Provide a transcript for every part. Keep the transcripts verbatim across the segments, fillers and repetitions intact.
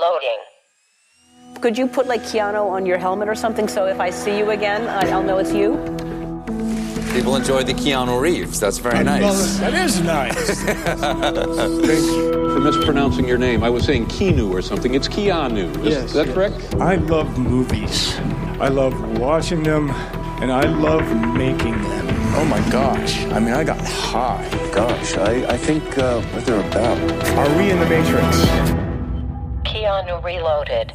Reloading. Could you put like Keanu on your helmet or something so if I see you again, I'll know it's you? People enjoy the Keanu Reeves. That's very nice. That is nice. Thank you for mispronouncing your name. I was saying Keanu or something. It's Keanu. Is, yes, is that yes. correct? I love movies. I love watching them, and I love making them. Oh my gosh. I mean, I got high. Gosh, I, I think uh, what they're about. Are we in the Matrix? Keanu Reloaded.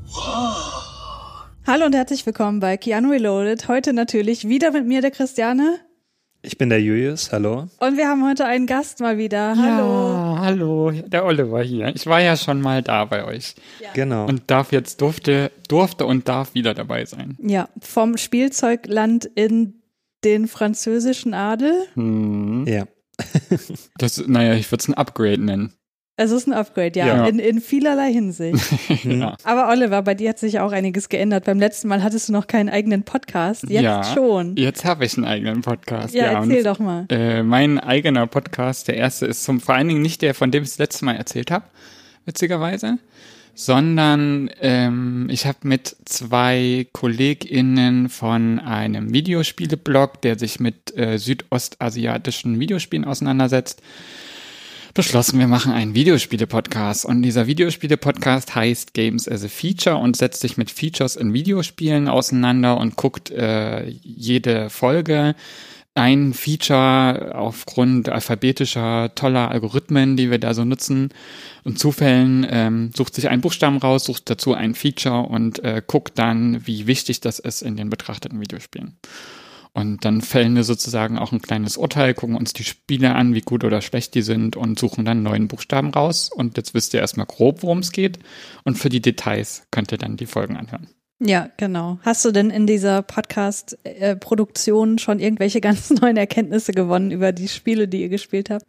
Hallo und herzlich willkommen bei Keanu Reloaded. Heute natürlich wieder mit mir, der Christiane. Ich bin der Julius, hallo. Und wir haben heute einen Gast mal wieder. Hallo. Ja, hallo, der Oliver hier. Ich war ja schon mal da bei euch. Ja. Genau. Und darf jetzt, durfte, durfte und darf wieder dabei sein. Ja, vom Spielzeugland in den französischen Adel. Hm. Ja. Das, naja, ich würde es ein Upgrade nennen. Es ist ein Upgrade, ja, Ja. In, in vielerlei Hinsicht. Ja. Aber Oliver, bei dir hat sich auch einiges geändert. Beim letzten Mal hattest du noch keinen eigenen Podcast, jetzt ja, schon. Jetzt habe ich einen eigenen Podcast. Ja, Ja, erzähl und, doch mal. Äh, mein eigener Podcast, der erste, ist zum, vor allen Dingen nicht der, von dem ich das letzte Mal erzählt habe, witzigerweise, sondern ähm, ich habe mit zwei KollegInnen von einem Videospiele-Blog, der sich mit äh, südostasiatischen Videospielen auseinandersetzt, beschlossen, wir machen einen Videospiele-Podcast. Und dieser Videospiele-Podcast heißt Games as a Feature und setzt sich mit Features in Videospielen auseinander und guckt äh, jede Folge ein Feature aufgrund alphabetischer, toller Algorithmen, die wir da so nutzen und Zufällen, ähm, sucht sich einen Buchstaben raus, sucht dazu ein Feature und äh, guckt dann, wie wichtig das ist in den betrachteten Videospielen. Und dann fällen wir sozusagen auch ein kleines Urteil, gucken uns die Spiele an, wie gut oder schlecht die sind und suchen dann neuen Buchstaben raus. Und jetzt wisst ihr erstmal grob, worum es geht. Und für die Details könnt ihr dann die Folgen anhören. Ja, genau. Hast du denn in dieser Podcast-Produktion schon irgendwelche ganz neuen Erkenntnisse gewonnen über die Spiele, die ihr gespielt habt?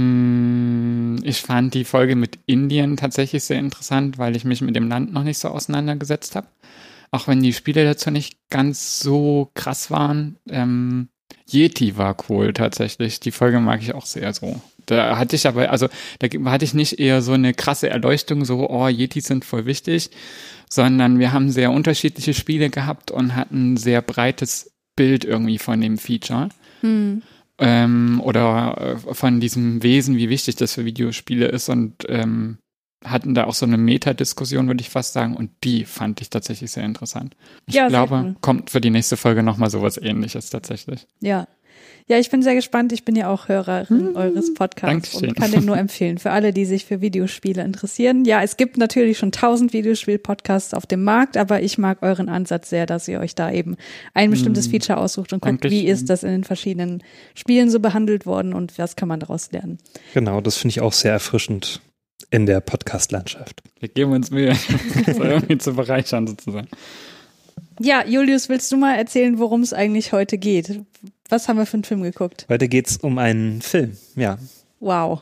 Ich fand die Folge mit Indien tatsächlich sehr interessant, weil ich mich mit dem Land noch nicht so auseinandergesetzt habe. Auch wenn die Spiele dazu nicht ganz so krass waren. Ähm, Yeti war cool tatsächlich. Die Folge mag ich auch sehr so. Da hatte ich aber, also da hatte ich nicht eher so eine krasse Erleuchtung, so, oh, Yetis sind voll wichtig, sondern wir haben sehr unterschiedliche Spiele gehabt und hatten ein sehr breites Bild irgendwie von dem Feature. Hm. Ähm, oder äh, von diesem Wesen, wie wichtig das für Videospiele ist und ähm, hatten da auch so eine Metadiskussion, würde ich fast sagen, und die fand ich tatsächlich sehr interessant. Ich Ja, glaube, cool. kommt für die nächste Folge nochmal sowas Ähnliches tatsächlich. Ja. Ja, ich bin sehr gespannt. Ich bin ja auch Hörerin hm. eures Podcasts Dankeschön. und kann den nur empfehlen für alle, die sich für Videospiele interessieren. Ja, es gibt natürlich schon tausend Videospiel-Podcasts auf dem Markt, aber ich mag euren Ansatz sehr, dass ihr euch da eben ein bestimmtes Feature aussucht und guckt, Dankeschön. wie ist das in den verschiedenen Spielen so behandelt worden und was kann man daraus lernen. Genau, das finde ich auch sehr erfrischend in der Podcast-Landschaft. Wir geben uns Mühe, das irgendwie zu bereichern sozusagen. Ja, Julius, willst du mal erzählen, worum es eigentlich heute geht? Was haben wir für einen Film geguckt? Heute geht's um einen Film, ja. Wow.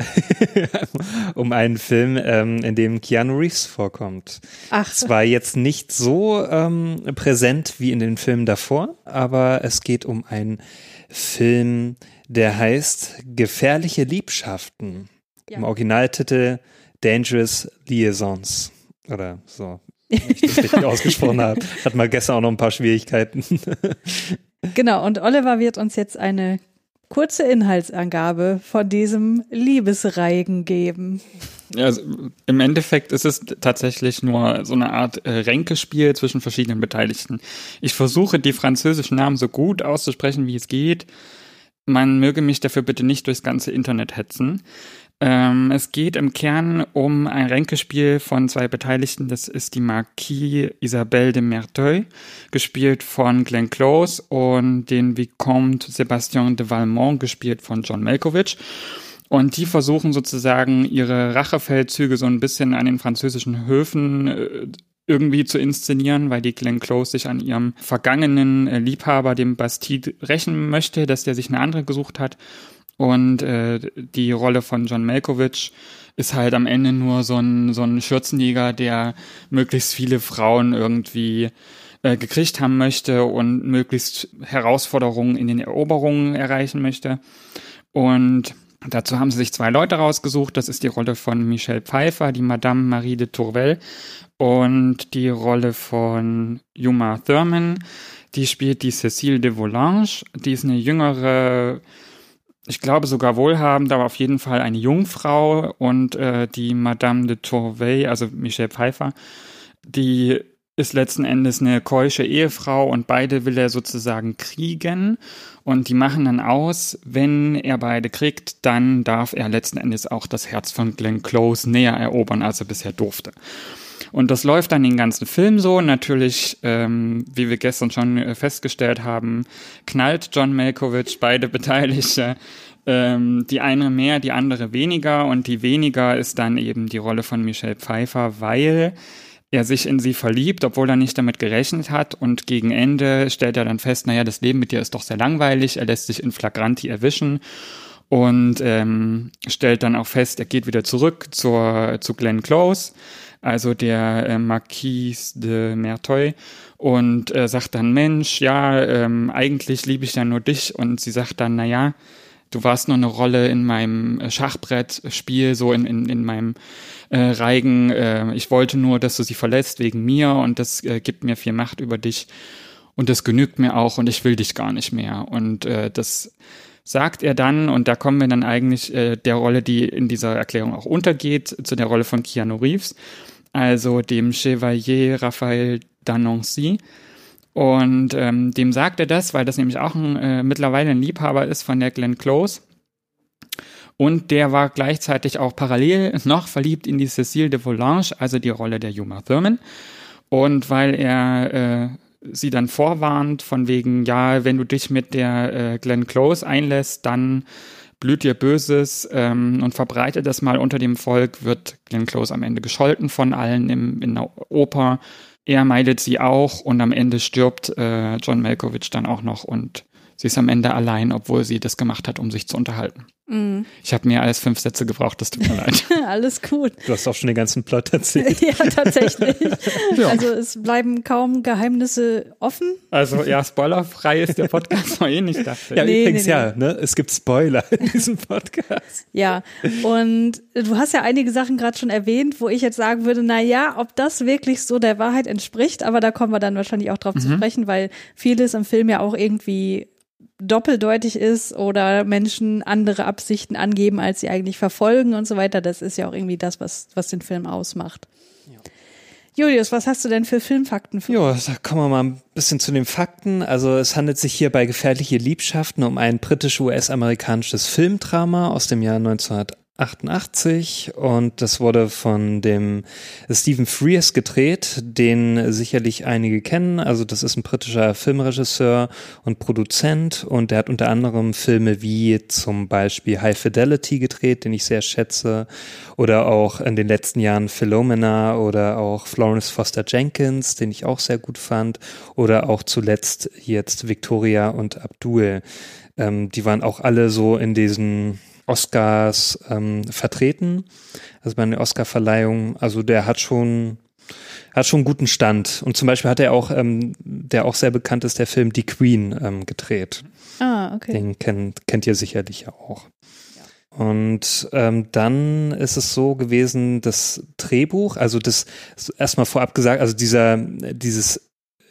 um einen Film, ähm, in dem Keanu Reeves vorkommt. Ach. Zwar jetzt nicht so ähm, präsent wie in den Filmen davor, aber es geht um einen Film, der heißt Gefährliche Liebschaften. Ja. Im Originaltitel Dangerous Liaisons. Oder so, wenn ich das richtig ausgesprochen habe. Hat mal gestern auch noch ein paar Schwierigkeiten. Genau, und Oliver wird uns jetzt eine kurze Inhaltsangabe von diesem Liebesreigen geben. Ja, also im Endeffekt ist es tatsächlich nur so eine Art äh, Ränkespiel zwischen verschiedenen Beteiligten. Ich versuche, die französischen Namen so gut auszusprechen, wie es geht. Man möge mich dafür bitte nicht durchs ganze Internet hetzen. Ähm, es geht im Kern um ein Ränkespiel von zwei Beteiligten. Das ist die Marquise Isabelle de Merteuil, gespielt von Glenn Close, und den Vicomte Sébastien de Valmont, gespielt von John Malkovich. Und die versuchen sozusagen ihre Rachefeldzüge so ein bisschen an den französischen Höfen äh, irgendwie zu inszenieren, weil die Glenn Close sich an ihrem vergangenen äh, Liebhaber, dem Bastide, rächen möchte, dass der sich eine andere gesucht hat. Und äh, die Rolle von John Malkovich ist halt am Ende nur so ein so ein Schürzenjäger, der möglichst viele Frauen irgendwie äh, gekriegt haben möchte und möglichst Herausforderungen in den Eroberungen erreichen möchte. Und Dazu haben sie sich zwei Leute rausgesucht. Das ist die Rolle von Michelle Pfeiffer, die Madame Marie de Tourvel, und die Rolle von Uma Thurman, die spielt die Cécile de Volanges. Die ist eine jüngere, ich glaube sogar wohlhabend, aber auf jeden Fall eine Jungfrau. Und äh, die Madame de Tourvel, also Michelle Pfeiffer, die ist letzten Endes eine keusche Ehefrau, und beide will er sozusagen kriegen, und die machen dann aus, wenn er beide kriegt, dann darf er letzten Endes auch das Herz von Glenn Close näher erobern, als er bisher durfte. Und das läuft dann den ganzen Film so. Natürlich, ähm, wie wir gestern schon äh, festgestellt haben, knallt John Malkovich beide Beteiligte. Ähm, die eine mehr, die andere weniger, und die weniger ist dann eben die Rolle von Michelle Pfeiffer, weil er sich in sie verliebt, obwohl er nicht damit gerechnet hat, und gegen Ende stellt er dann fest, naja, das Leben mit dir ist doch sehr langweilig, er lässt sich in flagranti erwischen und ähm, stellt dann auch fest, er geht wieder zurück zur, zu Glenn Close, also der äh, Marquise de Merteuil, und äh, sagt dann, Mensch, ja, ähm, eigentlich liebe ich ja nur dich, und sie sagt dann, naja, du warst nur eine Rolle in meinem Schachbrettspiel, so in, in, in meinem äh, Reigen. Äh, ich wollte nur, dass du sie verlässt wegen mir, und das äh, gibt mir viel Macht über dich, und das genügt mir auch, und ich will dich gar nicht mehr. Und äh, das sagt er dann, und da kommen wir dann eigentlich äh, der Rolle, die in dieser Erklärung auch untergeht, zu der Rolle von Keanu Reeves, also dem Chevalier Raphael d'Annecy. Und ähm, dem sagt er das, weil das nämlich auch ein, äh, mittlerweile ein Liebhaber ist von der Glenn Close. Und der war gleichzeitig auch parallel noch verliebt in die Cécile de Volanges, also die Rolle der Uma Thurman. Und weil er äh, sie dann vorwarnt, von wegen, ja, wenn du dich mit der äh, Glenn Close einlässt, dann blüht dir Böses, ähm, und verbreitet das mal unter dem Volk, wird Glenn Close am Ende gescholten von allen im, in der Oper. Er meidet sie auch, und am Ende stirbt äh, John Malkovich dann auch noch, und sie ist am Ende allein, obwohl sie das gemacht hat, um sich zu unterhalten. Mm. Ich habe mehr als fünf Sätze gebraucht, das tut mir leid. Alles gut. Du hast auch schon den ganzen Plot erzählt. Ja, tatsächlich. Ja. Also es bleiben kaum Geheimnisse offen. Also ja, spoilerfrei ist der Podcast noch eh nicht dafür. Ja, nee, übrigens nee, nee. ja, ne? Es gibt Spoiler in diesem Podcast. Ja, und du hast ja einige Sachen gerade schon erwähnt, wo ich jetzt sagen würde, na ja, ob das wirklich so der Wahrheit entspricht, aber da kommen wir dann wahrscheinlich auch drauf mhm. zu sprechen, weil vieles im Film ja auch irgendwie doppeldeutig ist oder Menschen andere Absichten angeben, als sie eigentlich verfolgen und so weiter. Das ist ja auch irgendwie das, was, was den Film ausmacht. Ja. Julius, was hast du denn für Filmfakten für Ja, da kommen wir mal ein bisschen zu den Fakten. Also es handelt sich hier bei Gefährliche Liebschaften um ein britisch-U S-amerikanisches Filmdrama aus dem Jahr neunzehnhundertachtundachtzig, und das wurde von dem Stephen Frears gedreht, den sicherlich einige kennen. Also das ist ein britischer Filmregisseur und Produzent, und der hat unter anderem Filme wie zum Beispiel High Fidelity gedreht, den ich sehr schätze, oder auch in den letzten Jahren Philomena oder auch Florence Foster Jenkins, den ich auch sehr gut fand, oder auch zuletzt jetzt Victoria und Abdul. Ähm, die waren auch alle so in diesen Oscars ähm, vertreten, also bei den Oscar-Verleihungen. Also der hat schon hat schon einen guten Stand. Und zum Beispiel hat er auch, ähm, der auch sehr bekannt ist, der Film Die Queen ähm, gedreht. Ah, okay. Den kennt, kennt ihr sicherlich auch. Ja. Und ähm, dann ist es so gewesen, das Drehbuch, also das erstmal vorab gesagt, also dieser dieses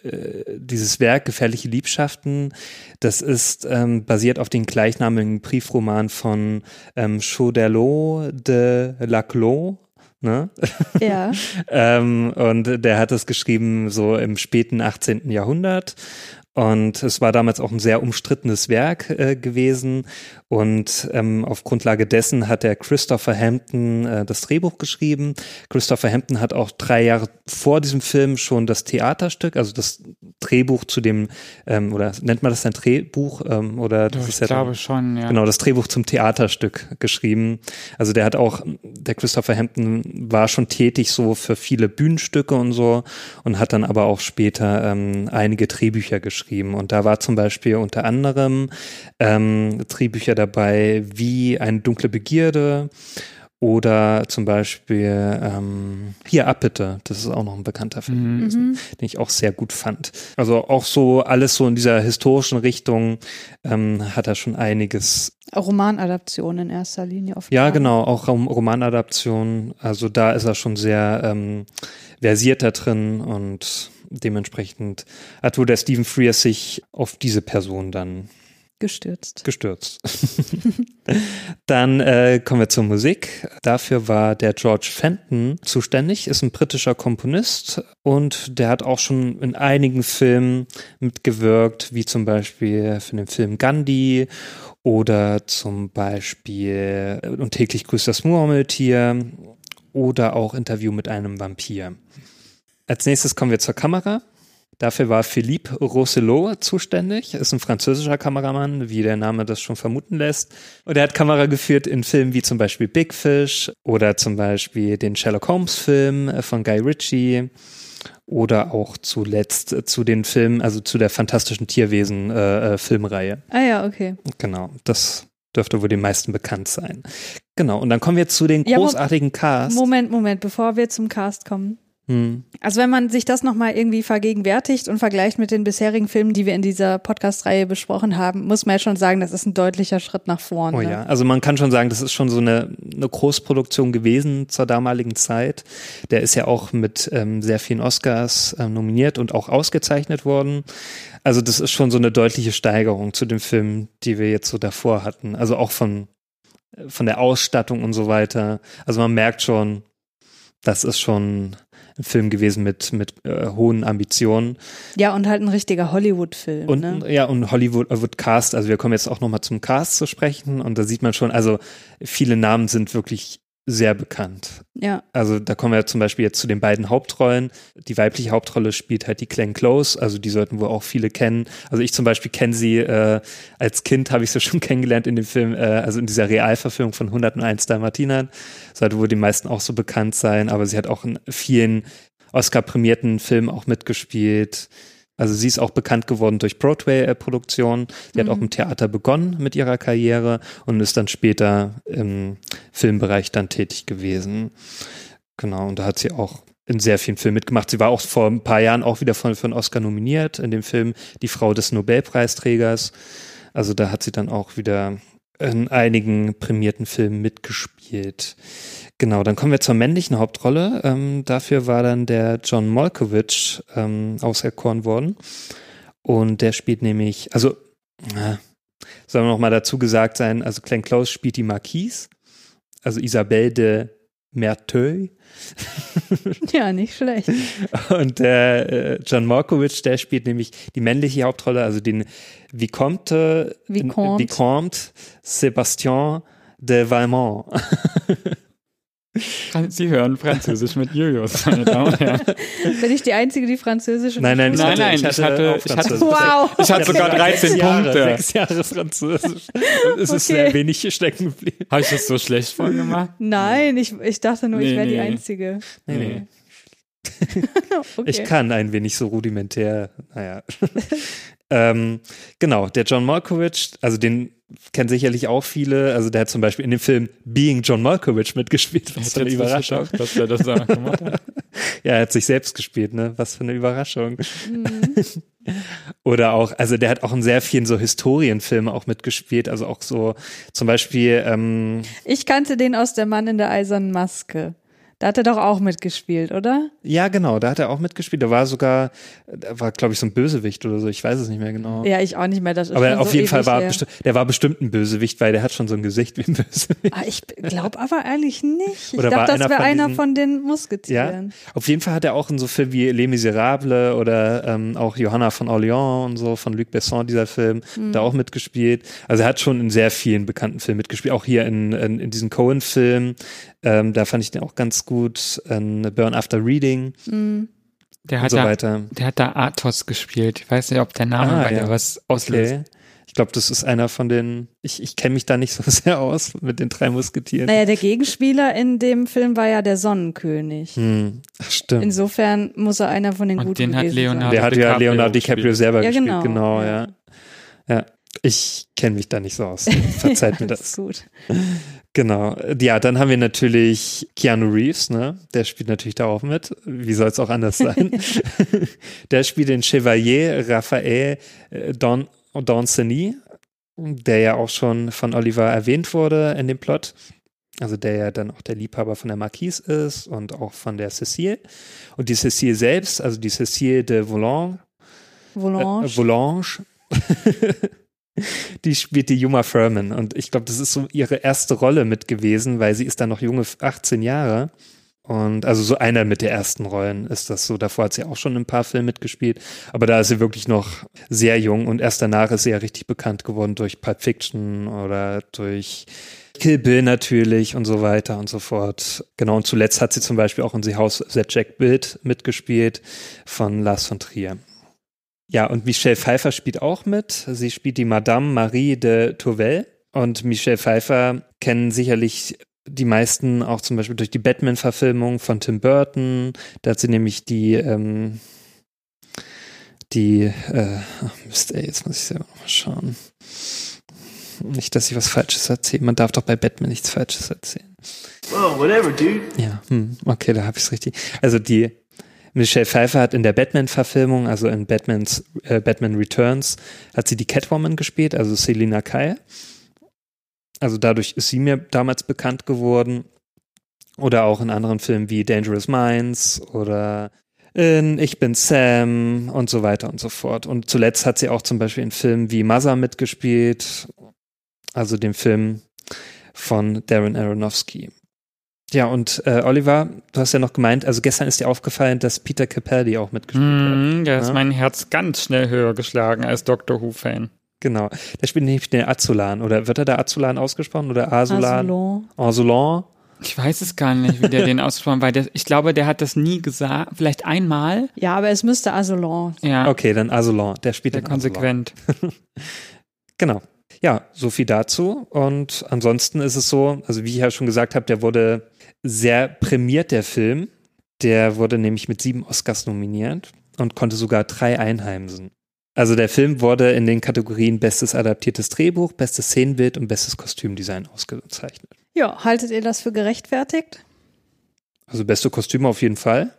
dieses Werk Gefährliche Liebschaften, das ist ähm, basiert auf den gleichnamigen Briefroman von ähm, Choderlos de Laclos, ne? Ja. ähm, und der hat das geschrieben so im späten achtzehnten Jahrhundert. Und es war damals auch ein sehr umstrittenes Werk äh, gewesen, und ähm, auf Grundlage dessen hat der Christopher Hampton äh, das Drehbuch geschrieben. Christopher Hampton hat auch drei Jahre vor diesem Film schon das Theaterstück, also das Drehbuch zu dem, ähm, oder nennt man das ein Drehbuch? Ähm, oder das ich ist ja glaube dann, schon, ja. Genau, das Drehbuch zum Theaterstück geschrieben. Also der hat auch, der Christopher Hampton war schon tätig so für viele Bühnenstücke und so, und hat dann aber auch später ähm, einige Drehbücher geschrieben. Und da war zum Beispiel unter anderem ähm, Drehbücher dabei wie Eine dunkle Begierde Oder zum Beispiel ähm, hier Ab bitte, das ist auch noch ein bekannter Film gewesen, Mhm. den ich auch sehr gut fand. Also auch so alles so in dieser historischen Richtung ähm, hat er schon einiges. Romanadaption in erster Linie oft. Ja, genau, auch Rom- Romanadaption. Also da ist er schon sehr ähm, versiert da drin und dementsprechend hat wohl der Stephen Frears sich auf diese Person dann Gestürzt. gestürzt. Dann äh, kommen wir zur Musik. Dafür war der George Fenton zuständig, ist ein britischer Komponist und der hat auch schon in einigen Filmen mitgewirkt, wie zum Beispiel für den Film Gandhi oder zum Beispiel Und täglich grüßt das Murmeltier oder auch Interview mit einem Vampir. Als nächstes kommen wir zur Kamera. Dafür war Philippe Rousselot zuständig, ist ein französischer Kameramann, wie der Name das schon vermuten lässt. Und er hat Kamera geführt in Filmen wie zum Beispiel Big Fish oder zum Beispiel den Sherlock Holmes Film von Guy Ritchie oder auch zuletzt zu den Filmen, also zu der Fantastischen Tierwesen äh, äh, Filmreihe. Ah ja, okay. Genau, das dürfte wohl den meisten bekannt sein. Genau, und dann kommen wir zu den Ja, mo- großartigen Cast. Moment, Moment, bevor wir zum Cast kommen. Hm. Also wenn man sich das nochmal irgendwie vergegenwärtigt und vergleicht mit den bisherigen Filmen, die wir in dieser Podcast-Reihe besprochen haben, muss man ja schon sagen, das ist ein deutlicher Schritt nach vorne. Oh ja, also man kann schon sagen, das ist schon so eine, eine Großproduktion gewesen zur damaligen Zeit. Der ist ja auch mit ähm, sehr vielen Oscars ähm, nominiert und auch ausgezeichnet worden. Also das ist schon so eine deutliche Steigerung zu den Filmen, die wir jetzt so davor hatten. Also auch von, von der Ausstattung und so weiter. Also man merkt schon, das ist schon ein Film gewesen mit, mit äh, hohen Ambitionen. Ja, und halt ein richtiger Hollywood-Film. Und ne? ja, und Hollywood äh, wird Cast, also wir kommen jetzt auch nochmal zum Cast zu sprechen und da sieht man schon, also viele Namen sind wirklich sehr bekannt. Ja. Also da kommen wir zum Beispiel jetzt zu den beiden Hauptrollen. Die weibliche Hauptrolle spielt halt die Glenn Close, also die sollten wohl auch viele kennen. Also ich zum Beispiel kenne sie, äh, als Kind habe ich sie schon kennengelernt in dem Film, äh, also in dieser Realverfilmung von hunderteins Dalmatinern. Sollte wohl den meisten auch so bekannt sein, aber sie hat auch in vielen Oscar-prämierten Filmen auch mitgespielt. Also sie ist auch bekannt geworden durch Broadway-Produktionen. Sie hat Mhm. auch im Theater begonnen mit ihrer Karriere und ist dann später im Filmbereich dann tätig gewesen. Genau, und da hat sie auch in sehr vielen Filmen mitgemacht. Sie war auch vor ein paar Jahren auch wieder für, für einen Oscar nominiert in dem Film Die Frau des Nobelpreisträgers. Also da hat sie dann auch wieder in einigen prämierten Filmen mitgespielt. Genau, dann kommen wir zur männlichen Hauptrolle. Ähm, dafür war dann der John Malkovich ähm, auserkoren worden. Und der spielt nämlich, also, äh, soll noch mal dazu gesagt sein, also Glenn Close spielt die Marquise, also Isabelle de Merteuil. Ja, nicht schlecht. Und der äh, John Malkovich, der spielt nämlich die männliche Hauptrolle, also den Vicomte, Vicomte. Vicomte Sébastien de Valmont. Sie hören Französisch mit Julius, meine Damen und Herren. Bin ich die Einzige, die Französisch Nein, nein, Nein, nein, ich hatte- auch ich hatte- Französisch. Wow. Ich hatte sogar dreizehn Sechs Jahre, Punkte. Sechs Jahre Französisch. Und es ist Okay. sehr wenig stecken geblieben. Habe ich das so schlecht vorhin gemacht? Nein, ich, ich dachte nur, ich Nee, wäre die nee. Einzige. Nee, nee. Okay. Ich kann ein wenig so rudimentär, naja. ähm, genau, der John Malkovich, also den kennen sicherlich auch viele, also der hat zum Beispiel in dem Film Being John Malkovich mitgespielt, was Ich für eine hätte jetzt Überraschung. nicht gedacht, dass er das auch gemacht hat. Ja, er hat sich selbst gespielt, ne, was für eine Überraschung. Mhm. Oder auch, also der hat auch in sehr vielen so Historienfilmen auch mitgespielt, also auch so zum Beispiel, ähm, Ich kannte den aus Der Mann in der eisernen Maske. Da hat er doch auch mitgespielt, oder? ja genau, da hat er auch mitgespielt, da war sogar, da war glaube ich so ein Bösewicht oder so, ich weiß es nicht mehr genau. Ja, ich auch nicht mehr. Das ist Aber schon auf so jeden Fall ewig war her. bestimmt, der war bestimmt ein Bösewicht, weil der hat schon so ein Gesicht wie ein Bösewicht. Ah, ich glaube aber ehrlich nicht. Ich Oder war dachte, das einer wäre von einer diesen- von den Ja, Musketieren. auf jeden Fall hat er auch in so Filmen wie Les Miserables oder ähm, auch Johanna von Orléans und so von Luc Besson, dieser Film, Mhm. da auch mitgespielt. Also er hat schon in sehr vielen bekannten Filmen mitgespielt, auch hier in, in, in diesem Coen-Film. Ähm, da fand ich den auch ganz gut. In Burn After Reading Mhm. Der und hat, so da, weiter. der hat da Athos gespielt. Ich weiß nicht, ob der Name Ah, bei ja. dir was auslöst. Okay. Ich glaube, das ist einer von den, ich, ich kenne mich da nicht so sehr aus mit den drei Musketieren. Naja, der Gegenspieler in dem Film war ja der Sonnenkönig. Hm, ach, stimmt. Insofern muss er einer von den Und Guten den hat gewesen Leonardo sein. Der hat ja DiCaprio Leonardo DiCaprio gespielt. selber Ja, gespielt, genau, genau, ja. ja. Ja, ich kenne mich da nicht so aus. Verzeiht mir Alles das. gut. Genau. Ja, dann haben wir natürlich Keanu Reeves, ne? Der spielt natürlich da auch mit. Wie soll es auch anders sein? Der spielt den Chevalier Raphael Don, Danceny, der ja auch schon von Oliver erwähnt wurde in dem Plot. Also der ja dann auch der Liebhaber von der Marquise ist und auch von der Cécile. Und die Cécile selbst, also die Cécile de Volanges, Volange. Äh, Volange. Die spielt die Uma Thurman und ich glaube, das ist so ihre erste Rolle mit gewesen, weil sie ist dann noch junge achtzehn Jahre und also so einer mit der ersten Rollen ist das so. Davor hat sie auch schon ein paar Filme mitgespielt, aber da ist sie wirklich noch sehr jung und erst danach ist sie ja richtig bekannt geworden durch Pulp Fiction oder durch Kill Bill natürlich und so weiter und so fort. Genau, und zuletzt hat sie zum Beispiel auch in The House That Jack Built mitgespielt von Lars von Trier. Ja, und Michelle Pfeiffer spielt auch mit. Sie spielt die Madame Marie de Tourvel. Und Michelle Pfeiffer kennen sicherlich die meisten auch zum Beispiel durch die Batman-Verfilmung von Tim Burton. Da hat sie nämlich die, ähm, die, äh, Mist, ey, jetzt muss ich selber nochmal schauen. Nicht, dass ich was Falsches erzähle. Man darf doch bei Batman nichts Falsches erzählen. Oh, whatever, dude. Ja, hm, okay, da habe ich es richtig. Also die Michelle Pfeiffer hat in der Batman-Verfilmung, also in Batman's, äh, Batman Returns, hat sie die Catwoman gespielt, also Selina Kyle. Also dadurch ist sie mir damals bekannt geworden. Oder auch in anderen Filmen wie Dangerous Minds oder in Ich bin Sam und so weiter und so fort. Und zuletzt hat sie auch zum Beispiel in Filmen wie Mother mitgespielt, also dem Film von Darren Aronofsky. Ja, und äh, Oliver, du hast ja noch gemeint, also gestern ist dir aufgefallen, dass Peter Capaldi auch mitgespielt mm, hat. Da ist ja? mein Herz ganz schnell höher geschlagen als Doctor Who-Fan. Genau, der spielt nämlich den Azulan, oder wird er da Azulan ausgesprochen oder Azulan? Azulan. Azulan. Ich weiß es gar nicht, wie der den ausgesprochen hat, weil der, ich glaube, der hat das nie gesagt, vielleicht einmal. Ja, aber es müsste Azulan. Ja. Okay, dann Azulan, der spielt Sehr den konsequent. Genau. Ja, so viel dazu. Und ansonsten ist es so, also wie ich ja schon gesagt habe, der wurde sehr prämiert, der Film. Der wurde nämlich mit sieben Oscars nominiert und konnte sogar drei einheimsen. Also der Film wurde in den Kategorien Bestes adaptiertes Drehbuch, Bestes Szenenbild und Bestes Kostümdesign ausgezeichnet. Ja, haltet ihr das für gerechtfertigt? Also beste Kostüme auf jeden Fall.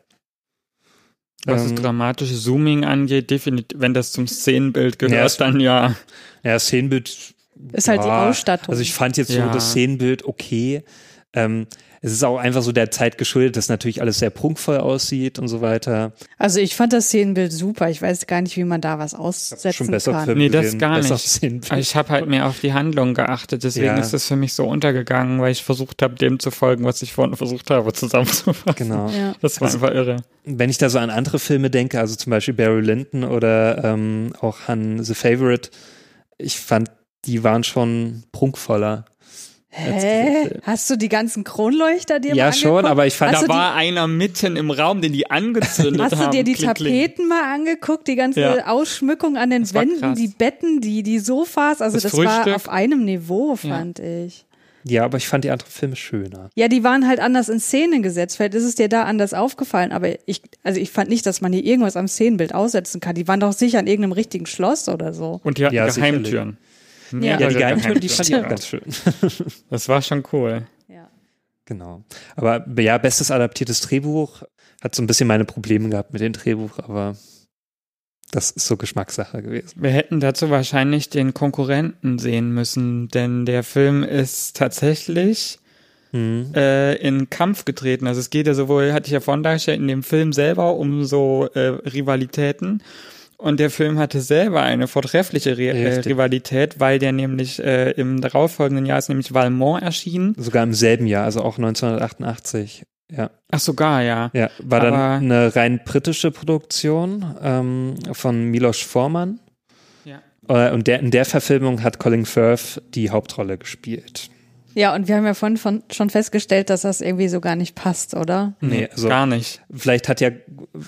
Was ähm, das dramatische Zooming angeht, definitiv, wenn das zum Szenenbild gehört, Ja, es- dann ja. Ja, Szenenbild Ist halt die ja, Ausstattung. Also ich fand jetzt so Ja. das Szenenbild okay. Ähm, es ist auch einfach so der Zeit geschuldet, dass natürlich alles sehr prunkvoll aussieht und so weiter. Also ich fand das Szenenbild super. Ich weiß gar nicht, wie man da was aussetzen schon besser kann. Film Nee, das gesehen, gar besser nicht. Szenenbild. Ich habe halt mehr auf die Handlung geachtet, deswegen Ja. ist das für mich so untergegangen, weil ich versucht habe, dem zu folgen, was ich vorhin versucht habe, zusammenzufassen. Genau. Ja. Das war Also- einfach irre. Wenn ich da so an andere Filme denke, also zum Beispiel Barry Lyndon oder ähm, auch an The Favourite, ich fand, die waren schon prunkvoller. als dieser Hä? Film. Hast du die ganzen Kronleuchter dir Ja, mal schon, angeguckt? aber ich fand, Hast Da du die- war einer mitten im Raum, den die angezündet Hast haben. du dir die Klick, klick. Tapeten mal angeguckt, die ganze Ja. Ausschmückung an den Das war Wänden, krass. die Betten, die, die Sofas, also Das das, war Frühstück. auf einem Niveau, fand ich. ja, aber ich fand die anderen Filme schöner. Ja, die waren halt anders in Szene gesetzt. Vielleicht ist es dir da anders aufgefallen, aber ich, also ich fand nicht, dass man hier irgendwas am Szenenbild aussetzen kann. Die waren doch sicher in irgendeinem richtigen Schloss oder so. Und die hatten Ja, Geheimtüren. Ja. Ja, die Mehrere Geheimtüren, die fand ich auch Geheimtüren. ganz schön. Das war schon cool. Ja. Genau. Aber ja, bestes adaptiertes Drehbuch hat so ein bisschen meine Probleme gehabt mit dem Drehbuch, aber das ist so Geschmackssache gewesen. Wir hätten dazu wahrscheinlich den Konkurrenten sehen müssen, denn der Film ist tatsächlich Mhm. äh, in Kampf getreten. Also es geht ja sowohl, hatte ich ja vorhin dargestellt, in dem Film selber um so äh, Rivalitäten. Und der Film hatte selber eine vortreffliche Re äh, Richtig. Rivalität, weil der nämlich äh, im darauffolgenden Jahr ist nämlich Valmont erschienen. Sogar im selben Jahr, also auch neunzehnhundertachtundachtzig. Ja. Ach sogar, ja. Ja, war dann Aber- eine rein britische Produktion ähm, von Milos Forman. Ja. Äh, und der, in der Verfilmung hat Colin Firth die Hauptrolle gespielt. Ja, und wir haben ja vorhin von, schon festgestellt, dass das irgendwie so gar nicht passt, oder? Nee, also Gar nicht. vielleicht hat ja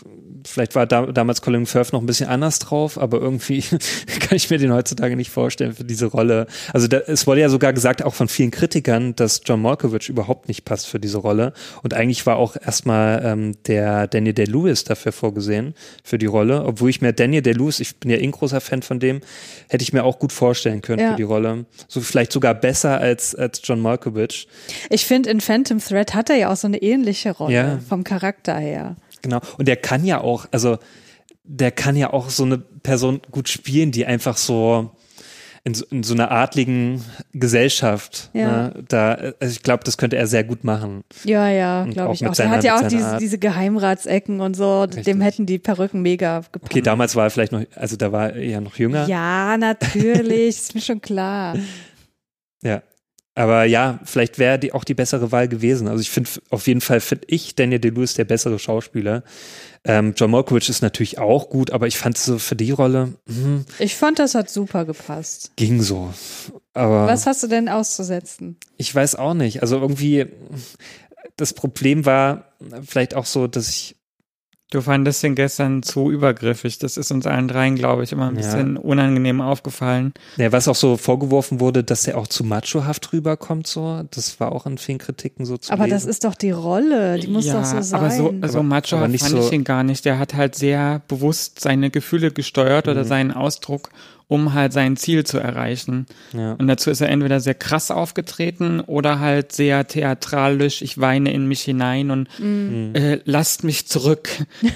vielleicht war da, damals Colin Firth noch ein bisschen anders drauf, aber irgendwie kann ich mir den heutzutage nicht vorstellen für diese Rolle. Also da, es wurde ja sogar gesagt, auch von vielen Kritikern, dass John Malkovich überhaupt nicht passt für diese Rolle. Und eigentlich war auch erstmal ähm, der Daniel Day-Lewis dafür vorgesehen, für die Rolle. Obwohl ich mir Daniel Day-Lewis, ich bin ja eh ein großer Fan von dem, hätte ich mir auch gut vorstellen können ja. für die Rolle. So vielleicht sogar besser als, als John Malkovich. Ich finde, in Phantom Thread hat er ja auch so eine ähnliche Rolle ja. vom Charakter her. Genau. Und der kann ja auch, also der kann ja auch so eine Person gut spielen, die einfach so in so, in so einer adligen Gesellschaft, ja. ne, da, also ich glaube, das könnte er sehr gut machen. Ja, ja, glaube ich auch. Er hat ja auch diese, diese Geheimratsecken und so, Richtig. Dem hätten die Perücken mega gepasst. Okay, damals war er vielleicht noch, also da war er ja noch jünger. Ja, natürlich, ist mir schon klar. Ja. Aber ja, vielleicht wäre die auch die bessere Wahl gewesen. Also ich finde, auf jeden Fall finde ich Daniel Day-Lewis der bessere Schauspieler. Ähm, John Malkovich ist natürlich auch gut, aber ich fand so für die Rolle, mh, ich fand, das hat super gepasst. Ging so. Aber was hast du denn auszusetzen? Ich weiß auch nicht. Also irgendwie, das Problem war vielleicht auch so, dass ich Du fandest den gestern zu übergriffig. Das ist uns allen dreien, glaube ich, immer ein bisschen ja. unangenehm aufgefallen. Ja, was auch so vorgeworfen wurde, dass er auch zu machohaft rüberkommt, so. Das war auch in vielen Kritiken so zu Aber lesen. Das ist doch die Rolle. Die muss ja, doch so sein. Aber so, so machohaft fand so ich ihn gar nicht. Der hat halt sehr bewusst seine Gefühle gesteuert mhm. oder seinen Ausdruck, um halt sein Ziel zu erreichen. Ja. Und dazu ist er entweder sehr krass aufgetreten oder halt sehr theatralisch, ich weine in mich hinein und mhm. äh, lasst mich zurück.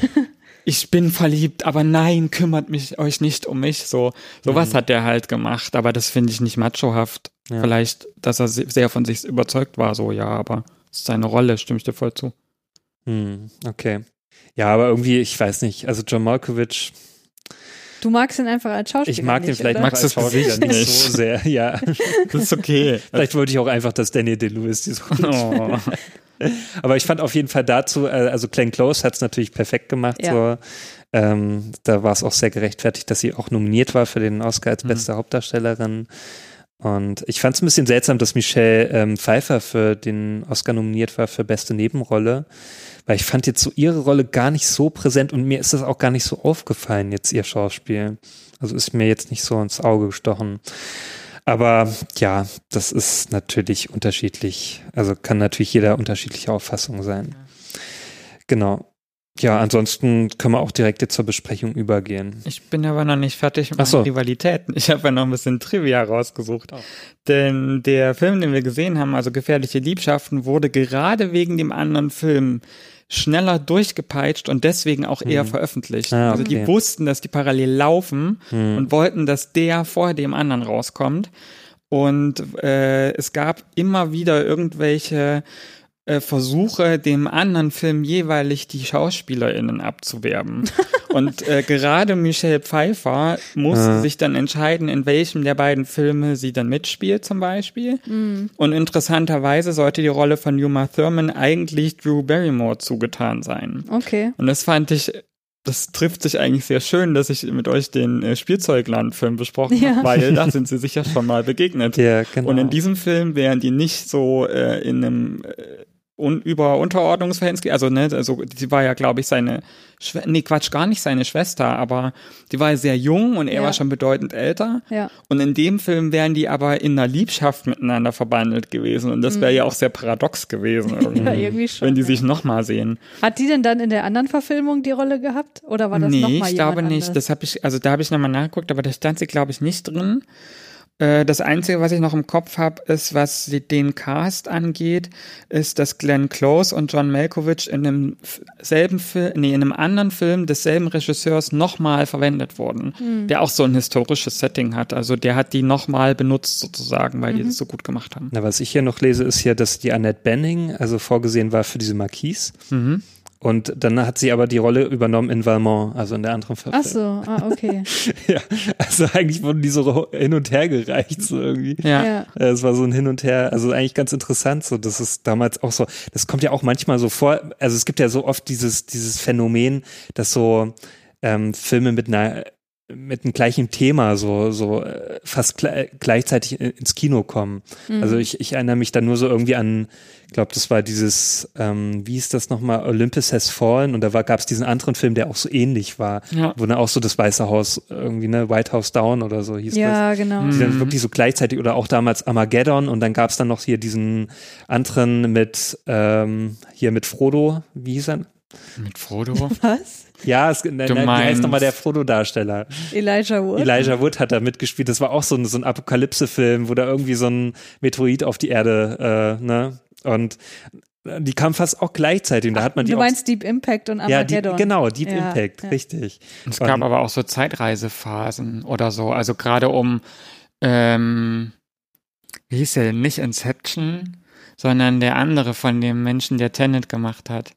Ich bin verliebt, aber nein, kümmert mich euch nicht um mich. So sowas mhm. hat der halt gemacht, aber das finde ich nicht machohaft. Ja. Vielleicht, dass er sehr von sich überzeugt war, so ja, aber es ist seine Rolle, stimme ich dir voll zu. Mhm. Okay. Ja, aber irgendwie, ich weiß nicht, also John Malkovich. Du magst ihn einfach als Schauspieler. Ich mag nicht, den vielleicht oder? als Schauspieler nicht, nicht so sehr, ja. Das ist okay. Vielleicht wollte ich auch einfach, dass Daniel Day-Lewis die so gut oh. Aber ich fand auf jeden Fall dazu, also Glenn Close hat es natürlich perfekt gemacht. Ja. So. Ähm, da war es auch sehr gerechtfertigt, dass sie auch nominiert war für den Oscar als beste mhm. Hauptdarstellerin. Und ich fand es ein bisschen seltsam, dass Michelle ähm, Pfeiffer für den Oscar nominiert war für beste Nebenrolle. Weil ich fand jetzt so ihre Rolle gar nicht so präsent und mir ist das auch gar nicht so aufgefallen, jetzt ihr Schauspiel. Also ist mir jetzt nicht so ins Auge gestochen. Aber ja, das ist natürlich unterschiedlich. Also kann natürlich jeder unterschiedliche Auffassung sein. Genau. Ja, ansonsten können wir auch direkt jetzt zur Besprechung übergehen. Ich bin aber noch nicht fertig mit Ach so. meinen Rivalitäten. Ich habe ja noch ein bisschen Trivia rausgesucht. Oh. Denn der Film, den wir gesehen haben, also Gefährliche Liebschaften, wurde gerade wegen dem anderen Film schneller durchgepeitscht und deswegen auch eher hm. veröffentlicht. Ah, okay. Also die wussten, dass die parallel laufen hm. und wollten, dass der vor dem anderen rauskommt. Und äh, es gab immer wieder irgendwelche äh, Versuche, dem anderen Film jeweilig die SchauspielerInnen abzuwerben. Und äh, gerade Michelle Pfeiffer musste ja. sich dann entscheiden, in welchem der beiden Filme sie dann mitspielt zum Beispiel. Mhm. Und interessanterweise sollte die Rolle von Uma Thurman eigentlich Drew Barrymore zugetan sein. Okay. Und das fand ich, das trifft sich eigentlich sehr schön, dass ich mit euch den äh, Spielzeugland-Film besprochen ja. habe, weil da sind sie sicher schon mal begegnet. Ja, genau. Und in diesem Film wären die nicht so äh, in einem äh, un- über Unterordnungsverhältnis, also ne, also sie war ja, glaube ich, seine Schwe- nee, Quatsch, gar nicht seine Schwester, aber die war sehr jung und er ja. war schon bedeutend älter. Ja. Und in dem Film wären die aber in einer Liebschaft miteinander verbandelt gewesen und das wäre mhm. ja auch sehr paradox gewesen, irgendwie, ja, irgendwie schon, wenn die ja. sich nochmal sehen. Hat die denn dann in der anderen Verfilmung die Rolle gehabt oder war das nee, nochmal jemand ich glaube nicht. anders? Das habe ich, also da habe ich nochmal nachgeguckt, aber da stand sie, glaube ich, nicht drin. Das Einzige, was ich noch im Kopf habe, ist, was den Cast angeht, ist, dass Glenn Close und John Malkovich in einem selben Film, nee, in einem anderen Film desselben Regisseurs nochmal verwendet wurden, mhm. der auch so ein historisches Setting hat. Also der hat die nochmal benutzt sozusagen, weil mhm. die das so gut gemacht haben. Na, was ich hier noch lese, ist hier, dass die Annette Bening, also vorgesehen war für diese Marquise. Mhm. Und dann hat sie aber die Rolle übernommen in Valmont, also in der anderen Verfilmung. Ach so, ah, okay. Ja, also eigentlich wurden die so hin und her gereicht, so irgendwie. Ja. ja. Es war so ein Hin und Her, also eigentlich ganz interessant, so, das ist damals auch so, das kommt ja auch manchmal so vor, also es gibt ja so oft dieses, dieses Phänomen, dass so ähm, Filme mit einer mit dem gleichen Thema so so äh, fast gle- gleichzeitig ins Kino kommen. Mhm. Also ich, ich erinnere mich dann nur so irgendwie an, ich glaube, das war dieses, ähm, wie hieß das nochmal, Olympus Has Fallen, und da war, gab es diesen anderen Film, der auch so ähnlich war, ja. wo dann auch so das Weiße Haus irgendwie, ne, White House Down oder so hieß ja, das. Ja, genau. Die mhm. dann wirklich so gleichzeitig, oder auch damals Armageddon, und dann gab es dann noch hier diesen anderen mit, ähm, hier mit Frodo, wie hieß er? Mit Frodo? Was? Ja, es, ne, wie heißt nochmal der Frodo-Darsteller? Elijah Wood. Elijah Wood hat da mitgespielt. Das war auch so ein, so ein Apokalypse-Film, wo da irgendwie so ein Meteorit auf die Erde, äh, ne? Und die kamen fast auch gleichzeitig. Und da hat man die du auch, meinst Deep Impact und Armageddon. Ja, die, genau, Deep ja, Impact, ja. richtig. Es gab und, aber auch so Zeitreisephasen oder so. Also gerade um, ähm, wie hieß der denn? Nicht Inception, sondern der andere von dem Menschen, der Tenet gemacht hat.